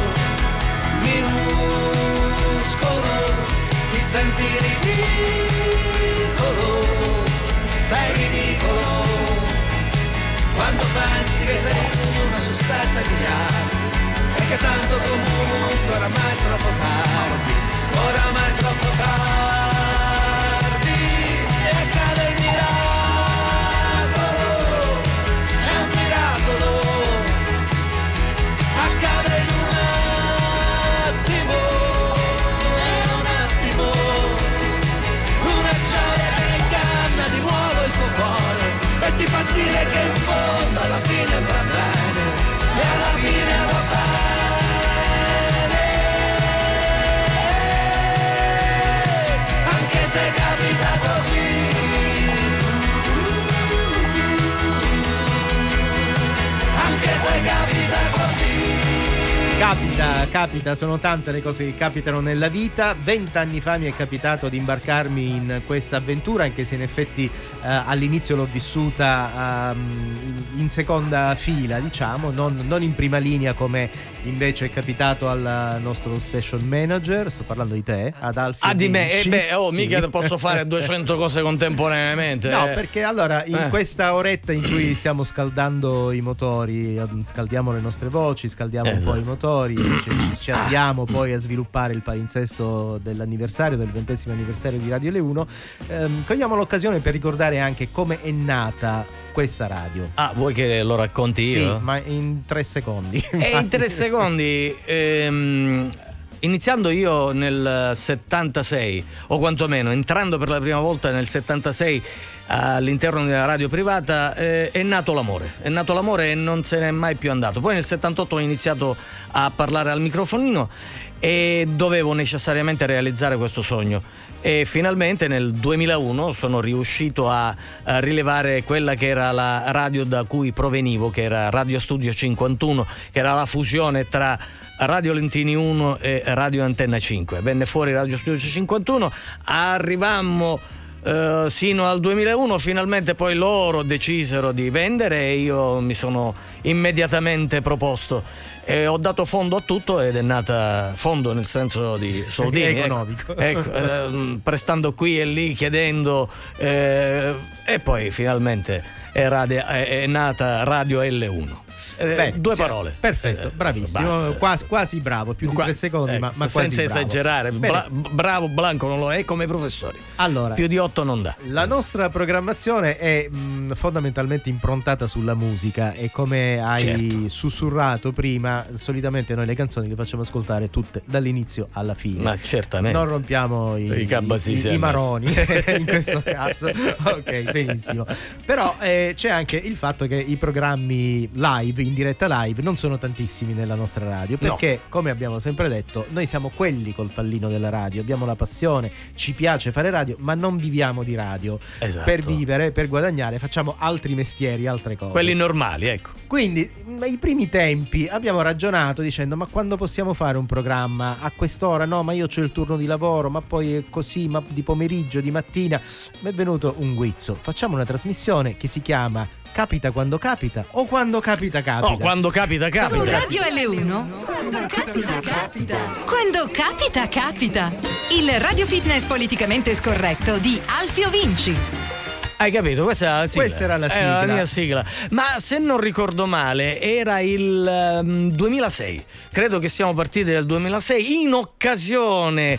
minuscolo, ti senti ridicolo, sei ridicolo, quando pensi che sei uno su 7 miliardi e che tanto comunque oramai è troppo tardi, oramai è troppo tardi, e accade il miracolo, è un miracolo, accade in un attimo. capita così. Anche se capita così. Capita, sono tante le cose che capitano nella vita. 20 anni fa mi è capitato di imbarcarmi in questa avventura, anche se in effetti all'inizio l'ho vissuta in seconda fila, diciamo, non in prima linea come invece è capitato al nostro station manager. Sto parlando di te, ad Alfio. Di me? Sì. Mica posso fare 200 cose contemporaneamente. No, perché allora in questa oretta in cui stiamo scaldando i motori, scaldiamo le nostre voci, scaldiamo un po' i motori, ci avviamo poi a sviluppare il palinsesto dell'anniversario, del 20° anniversario di Radio Le1. Cogliamo l'occasione per ricordare anche come è nata questa radio. Vuoi che lo racconti io? Sì, ma in 3 secondi. In 3 secondi. Iniziando io nel 76, o quantomeno entrando per la prima volta nel 76 all'interno della radio privata, è nato l'amore e non se n'è mai più andato. Poi nel 78 ho iniziato a parlare al microfonino e dovevo necessariamente realizzare questo sogno, e finalmente nel 2001 sono riuscito a rilevare quella che era la radio da cui provenivo, che era Radio Studio 51, che era la fusione tra Radio Lentini 1 e Radio Antenna 5. Venne fuori Radio Studio 51, arrivammo sino al 2001, finalmente poi loro decisero di vendere e io mi sono immediatamente proposto e ho dato fondo a tutto, ed è nata fondo nel senso di soldini, economico, prestando qui e lì, chiedendo, e poi finalmente è nata Radio L1. Due parole. Perfetto, bravissimo, quasi bravo, più di 3 secondi, ma quasi senza bravo. esagerare. Bravo Blanco non lo è, come i professori. Allora, più di 8 non dà. La nostra programmazione è fondamentalmente improntata sulla musica, e come hai sussurrato prima, solitamente noi le canzoni le facciamo ascoltare tutte dall'inizio alla fine. Ma certamente. Non rompiamo i maroni in questo caso. Ok, benissimo. Però c'è anche il fatto che i programmi live, in diretta live, non sono tantissimi nella nostra radio, perché come abbiamo sempre detto, noi siamo quelli col pallino della radio, abbiamo la passione, ci piace fare radio, ma non viviamo di radio. Per vivere, per guadagnare, facciamo altri mestieri, altre cose, quelli normali, ecco. Quindi ai primi tempi abbiamo ragionato dicendo: ma quando possiamo fare un programma a quest'ora? No, ma io c'ho il turno di lavoro, ma poi è così, ma di pomeriggio, di mattina. Mi è venuto un guizzo: facciamo una trasmissione che si chiama Capita quando capita, o quando capita capita. Quando capita capita. Su Radio L1. Quando capita capita. Quando capita capita. Il radio fitness politicamente scorretto di Alfio Vinci. Hai capito? Questa era la sigla. Questa era la sigla. Era la mia sigla. Ma se non ricordo male era il 2006. Credo che siamo partiti dal 2006 in occasione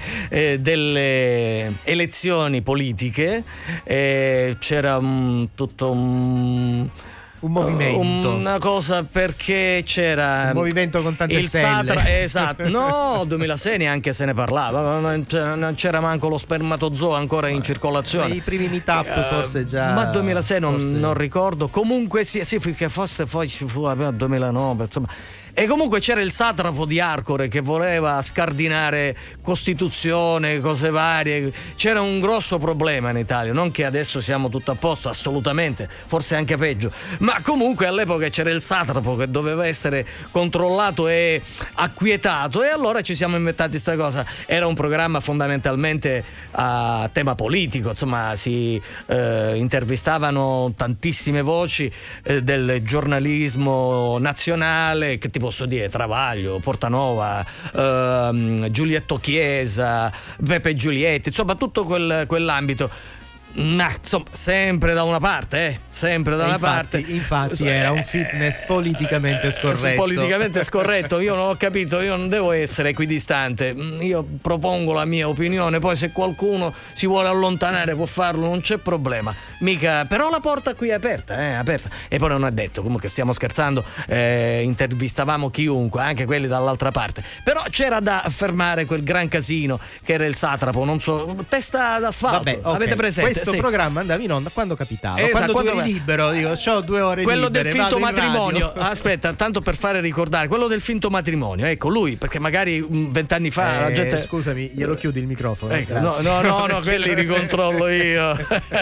delle elezioni politiche. C'era tutto un movimento, una cosa, perché c'era un movimento con tante stelle. Esatto. No, 2006 neanche se ne parlava, non c'era manco lo spermatozoo ancora in circolazione. I primi meetup forse già, ma 2006 non ricordo. Comunque sì, che fosse poi ci fu 2009, insomma. E comunque c'era il satrapo di Arcore che voleva scardinare Costituzione, cose varie. C'era un grosso problema in Italia, non che adesso siamo tutto a posto, assolutamente, forse anche peggio, ma comunque all'epoca c'era il satrapo che doveva essere controllato e acquietato, e allora ci siamo inventati sta cosa. Era un programma fondamentalmente a tema politico, insomma si intervistavano tantissime voci del giornalismo nazionale, che ti posso dire, Travaglio, Portanova, Giulietto Chiesa, Pepe Giulietti, insomma tutto quell'ambito. Ma insomma, sempre da una parte, sempre da una parte. Infatti era un fitness politicamente scorretto. Politicamente scorretto, io non ho capito, io non devo essere equidistante. Io propongo la mia opinione, poi se qualcuno si vuole allontanare può farlo, non c'è problema. Mica, però la porta qui è aperta, aperta. E poi non è detto, comunque stiamo scherzando, intervistavamo chiunque, anche quelli dall'altra parte. Però c'era da fermare quel gran casino che era il satrapo, non so, testa d'asfalto. Vabbè, okay. Avete presente? questo programma andava in onda quando capitava, esatto, quando tu eri libero, dico, c'ho 2 ore quello libere, del finto vado in matrimonio. radio. Aspetta, tanto per fare ricordare, quello del finto matrimonio, ecco lui, perché magari 20 anni fa la gente... Scusami, glielo chiudi il microfono. Ecco, no, quelli li controllo io.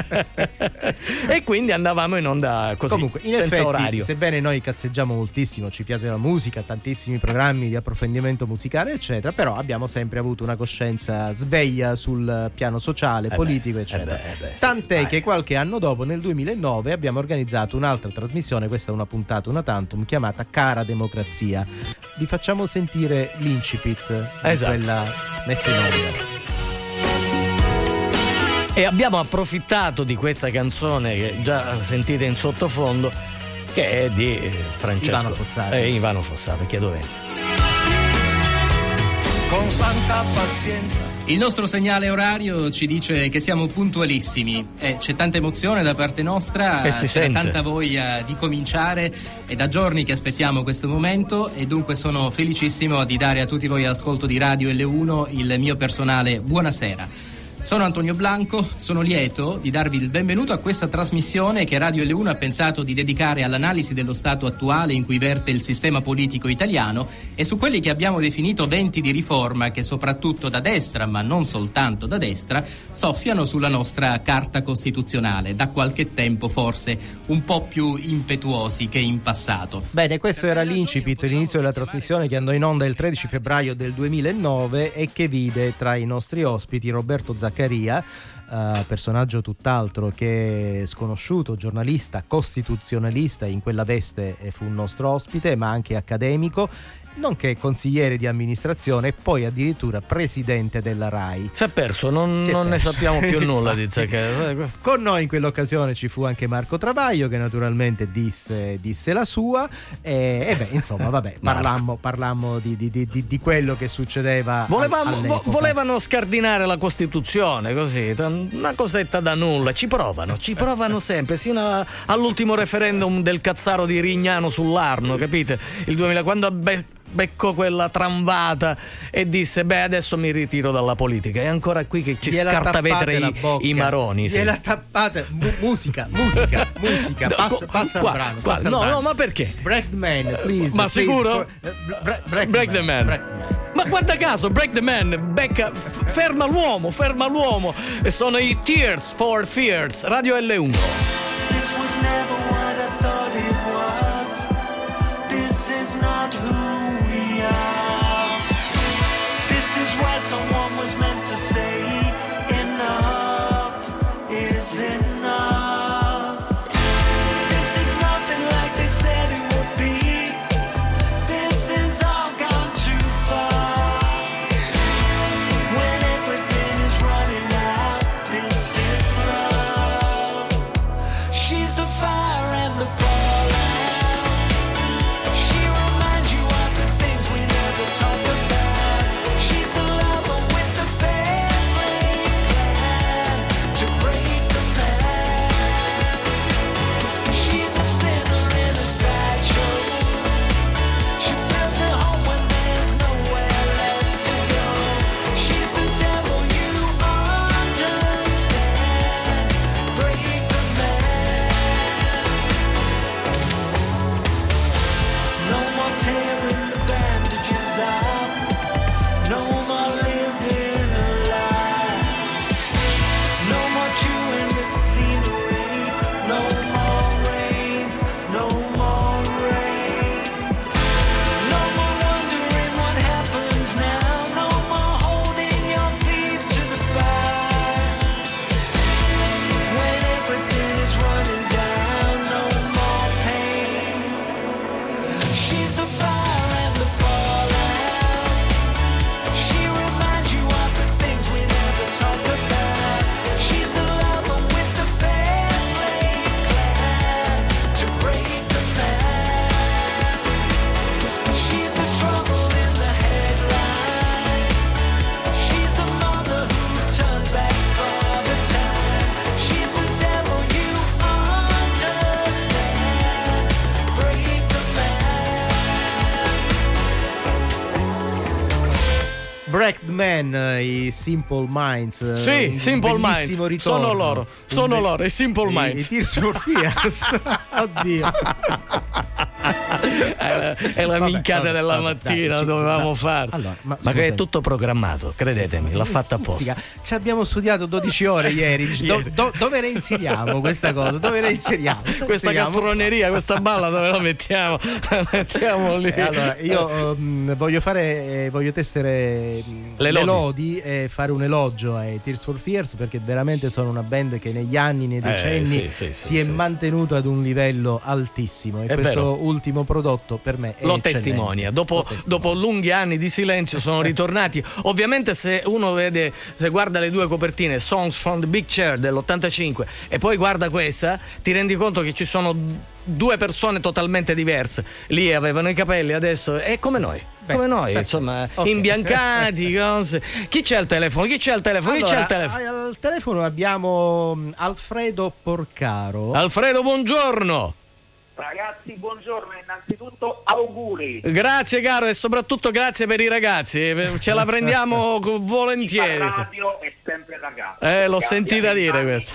E quindi andavamo in onda così. Comunque, in senza effetti, orario. Sebbene noi cazzeggiamo moltissimo, ci piace la musica, tantissimi programmi di approfondimento musicale, eccetera, però abbiamo sempre avuto una coscienza sveglia sul piano sociale, politico, eccetera. Tant'è che qualche anno dopo, nel 2009, abbiamo organizzato un'altra trasmissione, questa è una puntata una tantum, chiamata Cara Democrazia. Vi facciamo sentire l'incipit di quella messa in onda. E abbiamo approfittato di questa canzone che già sentite in sottofondo, che è di Francesco Ivano Fossati, chiedo bene. Con santa pazienza. Il nostro segnale orario ci dice che siamo puntualissimi. C'è tanta emozione da parte nostra, c'è tanta voglia di cominciare, è da giorni che aspettiamo questo momento e dunque sono felicissimo di dare a tutti voi all'ascolto di Radio L1 il mio personale buonasera. Sono Antonio Blanco, sono lieto di darvi il benvenuto a questa trasmissione che Radio L1 ha pensato di dedicare all'analisi dello stato attuale in cui verte il sistema politico italiano e su quelli che abbiamo definito venti di riforma che soprattutto da destra, ma non soltanto da destra, soffiano sulla nostra Carta Costituzionale, da qualche tempo forse un po' più impetuosi che in passato. Bene, questo era l'incipit, l'inizio della trasmissione che andò in onda il 13 febbraio del 2009 e che vide tra i nostri ospiti Roberto Zaccaria, personaggio tutt'altro che sconosciuto, giornalista, costituzionalista, in quella veste fu un nostro ospite, ma anche accademico, nonché consigliere di amministrazione e poi addirittura presidente della RAI. Si è perso, non ne sappiamo più nulla di Zaccaria. Con noi in quell'occasione ci fu anche Marco Travaglio che naturalmente disse la sua insomma parlammo di quello che succedeva. Volevano scardinare la Costituzione così, una cosetta da nulla, ci provano sempre, sino all'ultimo referendum del cazzaro di Rignano sull'Arno, capite? Il 2000, quando beccò quella tramvata e disse adesso mi ritiro dalla politica, è ancora qui che ci scartavetere i maroni. Gliela tappate. Musica passa il brano. No, ma perché? Break the man, please. Ma sicuro? Break the man. Ma guarda caso, Break the Man, ferma l'uomo. E sono i Tears for Fears, Radio L1. This was never what I thought it was. This is not who we are. This is why someone was meant to say enough is enough. This is nothing like they said it would be. This is all gone too far. When everything is running out, this is love. She's the fire and the fallout. She reminds you of the things we never talk about. She's the lover with the best Cracked Man, i Simple Minds. Sì, Simple Minds. Ritorno. Sono loro, i Simple Minds. I Tears for Fears. Oddio. È la minchiata della mattina, dovevamo fare. Allora, ma che è tutto programmato, credetemi, l'ha fatta apposta. Ci abbiamo studiato 12 ore ieri. Dove le inseriamo questa cosa? Dove le inseriamo? Questa castroneria, questa balla dove la mettiamo? La mettiamo lì. Allora, io voglio testare le lodi e fare un elogio ai Tears for Fears, perché veramente sono una band che negli anni, nei decenni si è mantenuta ad un livello altissimo, e questo ultimo prodotto per me è lo testimonia. Dopo lunghi anni di silenzio sono ritornati. Ovviamente se guarda le due copertine, Songs from the Big Chair dell'85 e poi guarda questa, ti rendi conto che ci sono due persone totalmente diverse. Lì avevano i capelli, adesso è come noi. Insomma, imbiancati. Cose. Chi c'è al telefono? Allora, al telefono abbiamo Alfredo Porcaro. Alfredo, buongiorno. Ragazzi, buongiorno, innanzitutto auguri. Grazie caro, e soprattutto grazie per i ragazzi, ce la prendiamo volentieri. La radio è sempre ragazzi. L'ho sentita dire questo.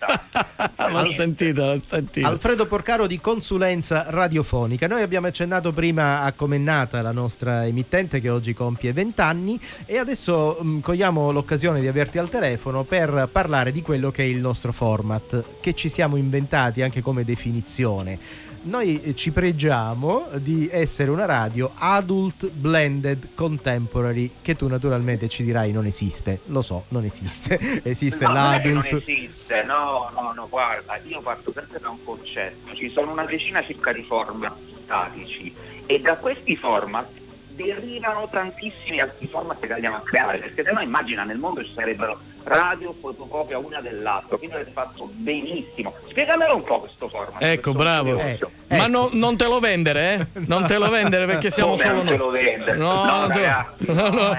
L'ho sentita. Alfredo Porcaro di Consulenza Radiofonica. Noi abbiamo accennato prima a com'è nata la nostra emittente, che oggi compie 20 anni, e adesso cogliamo l'occasione di averti al telefono per parlare di quello che è il nostro format, che ci siamo inventati anche come definizione. Noi ci pregiamo di essere una radio adult blended contemporary, che tu naturalmente ci dirai non esiste. Lo so, non esiste. Esiste l'adult. Non esiste, no, guarda, io parto sempre da un concetto. Ci sono una decina circa di format statici, e da questi format derivano tantissimi altri format che andiamo a creare, perché se no immagina, nel mondo ci sarebbero radio, fotocopia una dell'altro, quindi avete fatto benissimo. Spiegamelo un po' questo format. Ecco, bravo. Ma non te lo vendere, Non te lo vendere, perché siamo come solo non te lo vendere? No, ragazzi,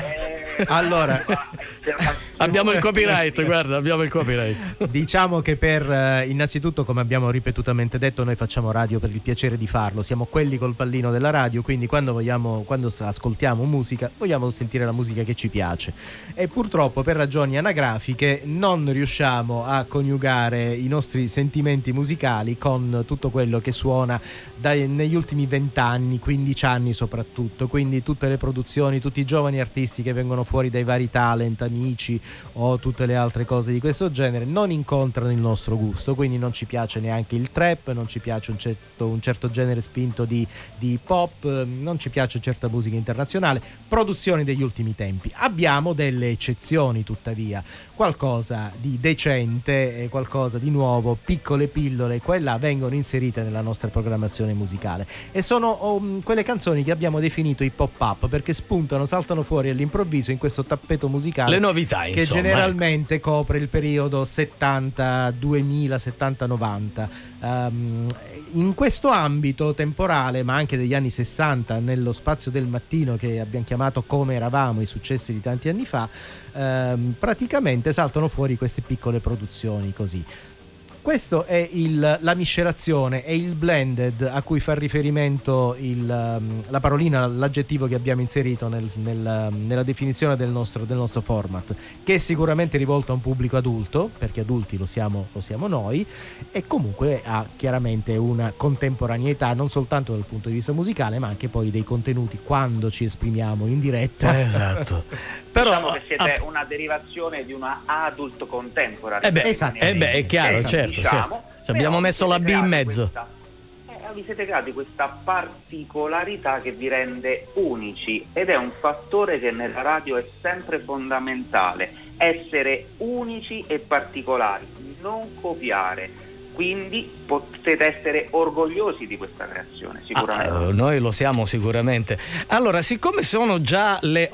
allora abbiamo il copyright, guarda, abbiamo il copyright. Diciamo che innanzitutto, come abbiamo ripetutamente detto, noi facciamo radio per il piacere di farlo, siamo quelli col pallino della radio, quindi quando ascoltiamo musica vogliamo sentire la musica che ci piace, e purtroppo per ragioni anagrafiche non riusciamo a coniugare i nostri sentimenti musicali con tutto quello che suona negli ultimi 20 anni, 15 anni soprattutto, quindi tutte le produzioni, tutti i giovani artisti che vengono fuori dai vari talent, amici o tutte le altre cose di questo genere non incontrano il nostro gusto, quindi non ci piace neanche il trap, non ci piace un certo genere spinto di pop, non ci piace certa musica internazionale, produzioni degli ultimi tempi. Abbiamo delle eccezioni tuttavia, qualcosa di decente, qualcosa di nuovo, piccole pillole qua e là vengono inserite nella nostra programmazione musicale, e sono quelle canzoni che abbiamo definito i pop-up, perché spuntano, saltano fuori all'improvviso in questo tappeto musicale, le novità, che insomma, generalmente copre il periodo 70, 2000, 70, 90. In questo ambito temporale, ma anche degli anni 60, nello spazio del mattino che abbiamo chiamato Come eravamo, i successi di tanti anni fa, praticamente saltano fuori queste piccole produzioni così. Questo è la miscelazione, è il blended a cui fa riferimento la parolina, l'aggettivo che abbiamo inserito nella definizione del nostro format, che è sicuramente rivolto a un pubblico adulto, perché adulti lo siamo noi, e comunque ha chiaramente una contemporaneità non soltanto dal punto di vista musicale, ma anche poi dei contenuti quando ci esprimiamo in diretta. Esatto. Però diciamo che siete una derivazione di una adult contemporary. Esatto. È chiaro, certo. Diciamo, ci abbiamo messo la B in mezzo. Vi siete creati questa particolarità che vi rende unici, ed è un fattore che nella radio è sempre fondamentale: essere unici e particolari, non copiare. Quindi potete essere orgogliosi di questa creazione, sicuramente. Noi lo siamo sicuramente. Allora, siccome sono già le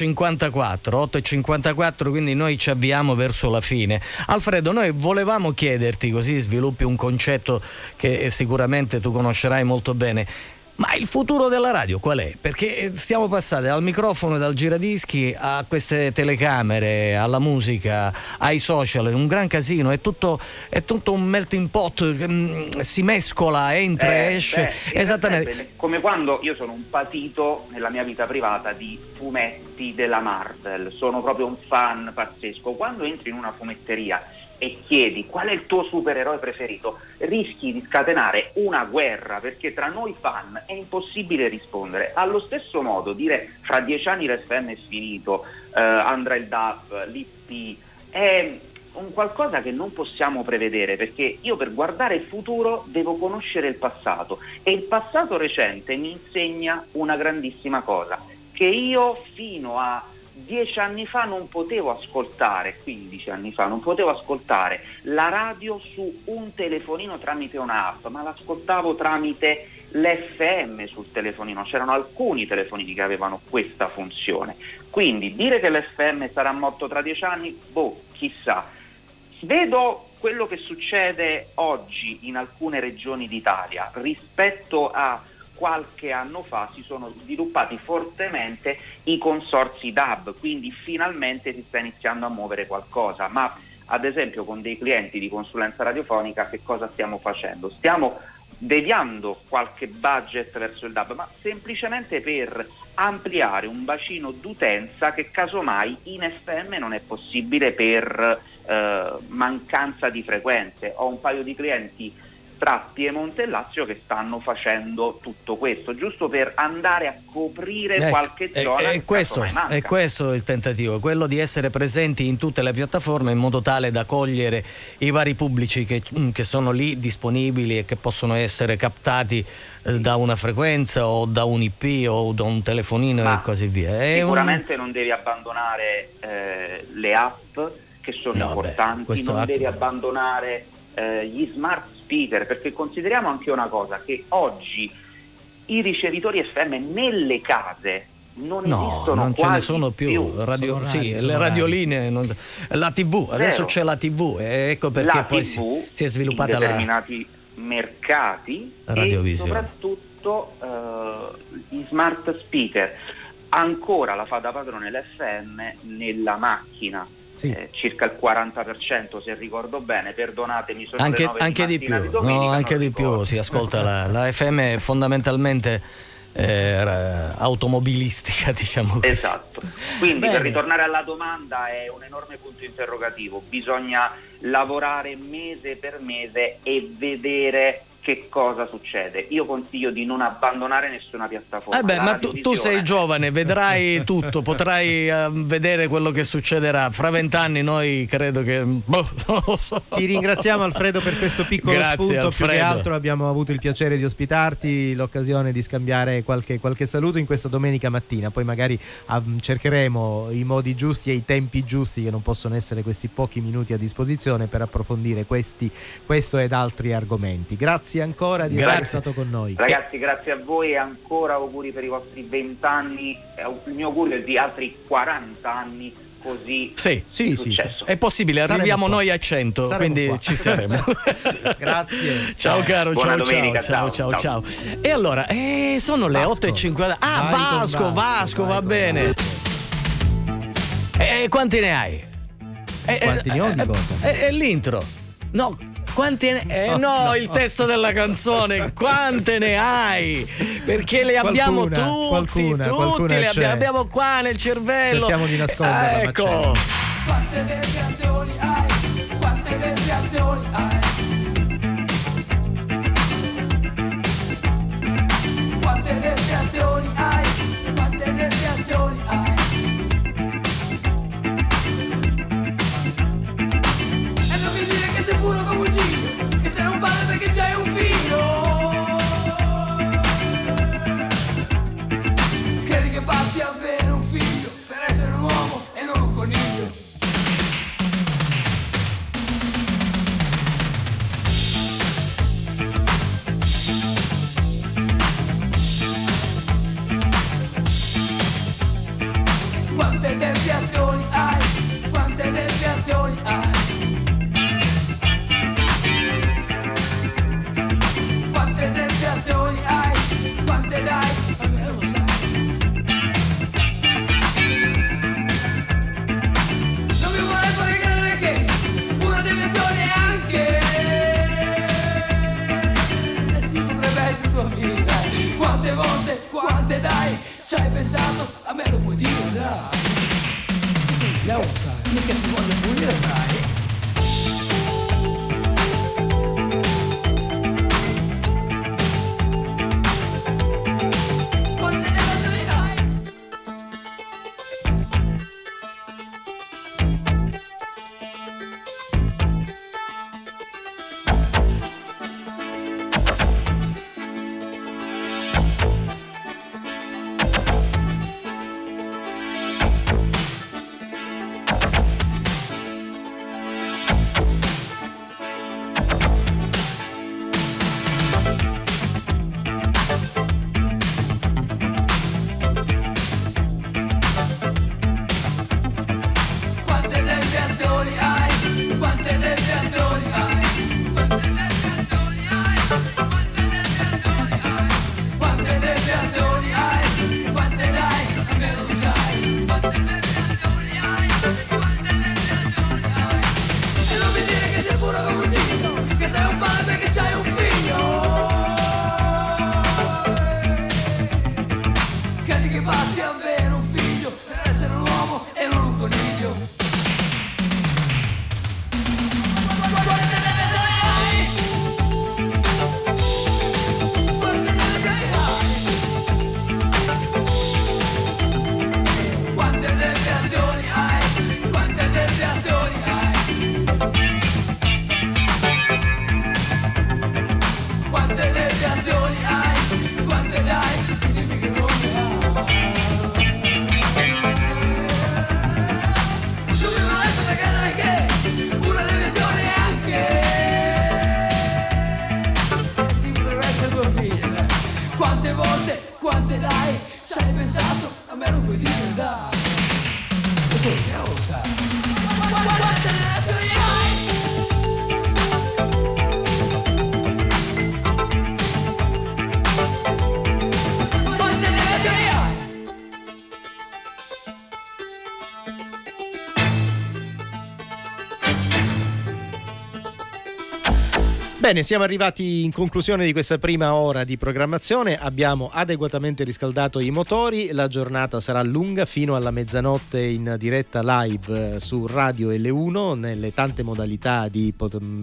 8:54, quindi noi ci avviamo verso la fine. Alfredo, noi volevamo chiederti, così sviluppi un concetto che sicuramente tu conoscerai molto bene: Ma il futuro della radio qual è? Perché siamo passati dal microfono e dal giradischi a queste telecamere, alla musica, ai social, è un gran casino, è tutto un melting pot che si mescola, entra e esce. Esattamente. Come quando io sono un patito nella mia vita privata di fumetti della Marvel, sono proprio un fan pazzesco. Quando entri in una fumetteria e chiedi qual è il tuo supereroe preferito, rischi di scatenare una guerra, perché tra noi fan è impossibile rispondere. Allo stesso modo dire fra 10 anni l'FM è finito, andrà il DAB, l'IP, è un qualcosa che non possiamo prevedere, perché io per guardare il futuro devo conoscere il passato, e il passato recente mi insegna una grandissima cosa, che io fino a 10 anni fa non potevo ascoltare, 15 anni fa non potevo ascoltare la radio su un telefonino tramite un'app, ma l'ascoltavo tramite l'FM sul telefonino. C'erano alcuni telefonini che avevano questa funzione, quindi dire che l'FM sarà morto tra 10 anni, chissà. Vedo quello che succede oggi in alcune regioni d'Italia rispetto a qualche anno fa. Si sono sviluppati fortemente i consorzi DAB, quindi finalmente si sta iniziando a muovere qualcosa. Ma ad esempio con dei clienti di consulenza radiofonica che cosa stiamo facendo? Stiamo deviando qualche budget verso il DAB, ma semplicemente per ampliare un bacino d'utenza che casomai in FM non è possibile per mancanza di frequenze. Ho un paio di clienti tra Piemonte e Lazio che stanno facendo tutto questo, giusto per andare a coprire qualche zona. È questo il tentativo, quello di essere presenti in tutte le piattaforme in modo tale da cogliere i vari pubblici che sono lì disponibili e che possono essere captati da una frequenza o da un IP o da un telefonino e così via. Sicuramente non devi abbandonare le app che sono importanti, non devi abbandonare gli smart speaker, perché consideriamo anche una cosa, che oggi i ricevitori FM nelle case non esistono, non ce ne sono più. Le radioline, la TV, adesso c'è la TV, ecco perché la poi TV, si è sviluppata in determinati mercati, e soprattutto gli smart speaker. Ancora la fa da padrone l'FM nella macchina. Circa il 40%, se ricordo bene, perdonatemi, sono anche di più, anche di più si ascolta la FM fondamentalmente automobilistica, diciamo così. Esatto. Quindi per ritornare alla domanda, è un enorme punto interrogativo, bisogna lavorare mese per mese e vedere che cosa succede. Io consiglio di non abbandonare nessuna piattaforma. Ma tu sei giovane, vedrai tutto, potrai vedere quello che succederà. Fra 20 anni noi credo che... non lo so. Ti ringraziamo Alfredo per questo piccolo spunto. Alfredo. Più che altro abbiamo avuto il piacere di ospitarti, l'occasione di scambiare qualche saluto in questa domenica mattina. Poi magari cercheremo i modi giusti e i tempi giusti, che non possono essere questi pochi minuti a disposizione, per approfondire questo ed altri argomenti. Grazie ancora di essere stato con noi. Ragazzi, grazie a voi e ancora auguri per i vostri 20 anni. Il mio augurio è di altri 40 anni così. Sì. È possibile, arriviamo noi a 100, quindi qua. Ci saremo. Grazie. Ciao caro, buona ciao domenica, ciao. E allora, sono le 8:50. Vasco, va bene. Quanti ne hai? Quanti ne ho di cosa? È l'intro. No. Il testo della canzone, quante ne hai? Perché le abbiamo tutti le abbiamo qua nel cervello. Cerchiamo di nasconderla, ecco. Ma quante deviazioni hai? Quante deviazioni hai? Quante deviazioni hai? Quante deviazioni hai? Puro come un cibo, che sei un padre perché c'hai un figlio. Credi che basti avere un figlio per essere un uomo e non un coniglio. ci hai pensato, a me lo puoi dire, dai. Andiamo, sai, mica ti voglio punire, sai. Bene, siamo arrivati in conclusione di questa prima ora di programmazione, abbiamo adeguatamente riscaldato i motori, la giornata sarà lunga fino alla mezzanotte in diretta live su Radio L1 nelle tante modalità di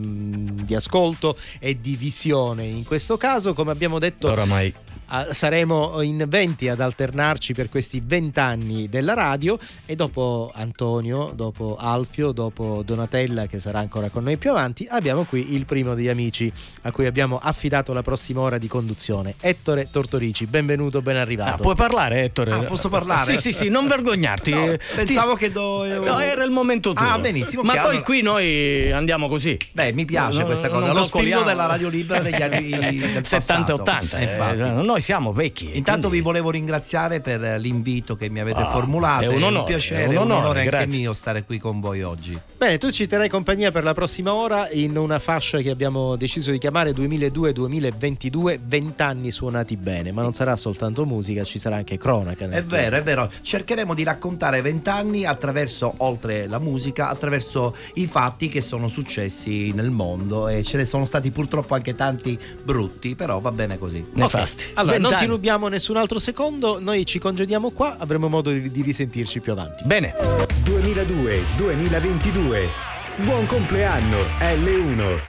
ascolto e di visione. In questo caso, come abbiamo detto, oramai saremo in 20 ad alternarci per questi 20 anni della radio, e dopo Antonio, dopo Alfio, dopo Donatella, che sarà ancora con noi più avanti, abbiamo qui il primo degli amici a cui abbiamo affidato la prossima ora di conduzione, Ettore Tortorici. Benvenuto, ben arrivato. Puoi parlare, Ettore? Posso parlare? Sì, non vergognarti. No, pensavo che No, era il momento tuo. Benissimo. Ma poi qui noi andiamo così. Beh, mi piace questa cosa. Lo spirito della radio libera degli anni del 70 e 80. Noi siamo vecchi. Intanto vi volevo ringraziare per l'invito che mi avete formulato. È un onore, un piacere, un onore anche grazie. mio stare qui con voi oggi. Bene, tu ci terrai compagnia per la prossima ora in una fascia che abbiamo deciso di chiamare 2002-2022, 20 anni suonati bene, ma non sarà soltanto musica, ci sarà anche cronaca. È vero, cercheremo di raccontare 20 anni attraverso, oltre la musica, attraverso i fatti che sono successi nel mondo, e ce ne sono stati purtroppo anche tanti brutti, però va bene così. Nefasti. Allora, non ti rubiamo nessun altro secondo, noi ci congediamo qua, avremo modo di risentirci più avanti. Bene. 2002-2022. Buon compleanno L1.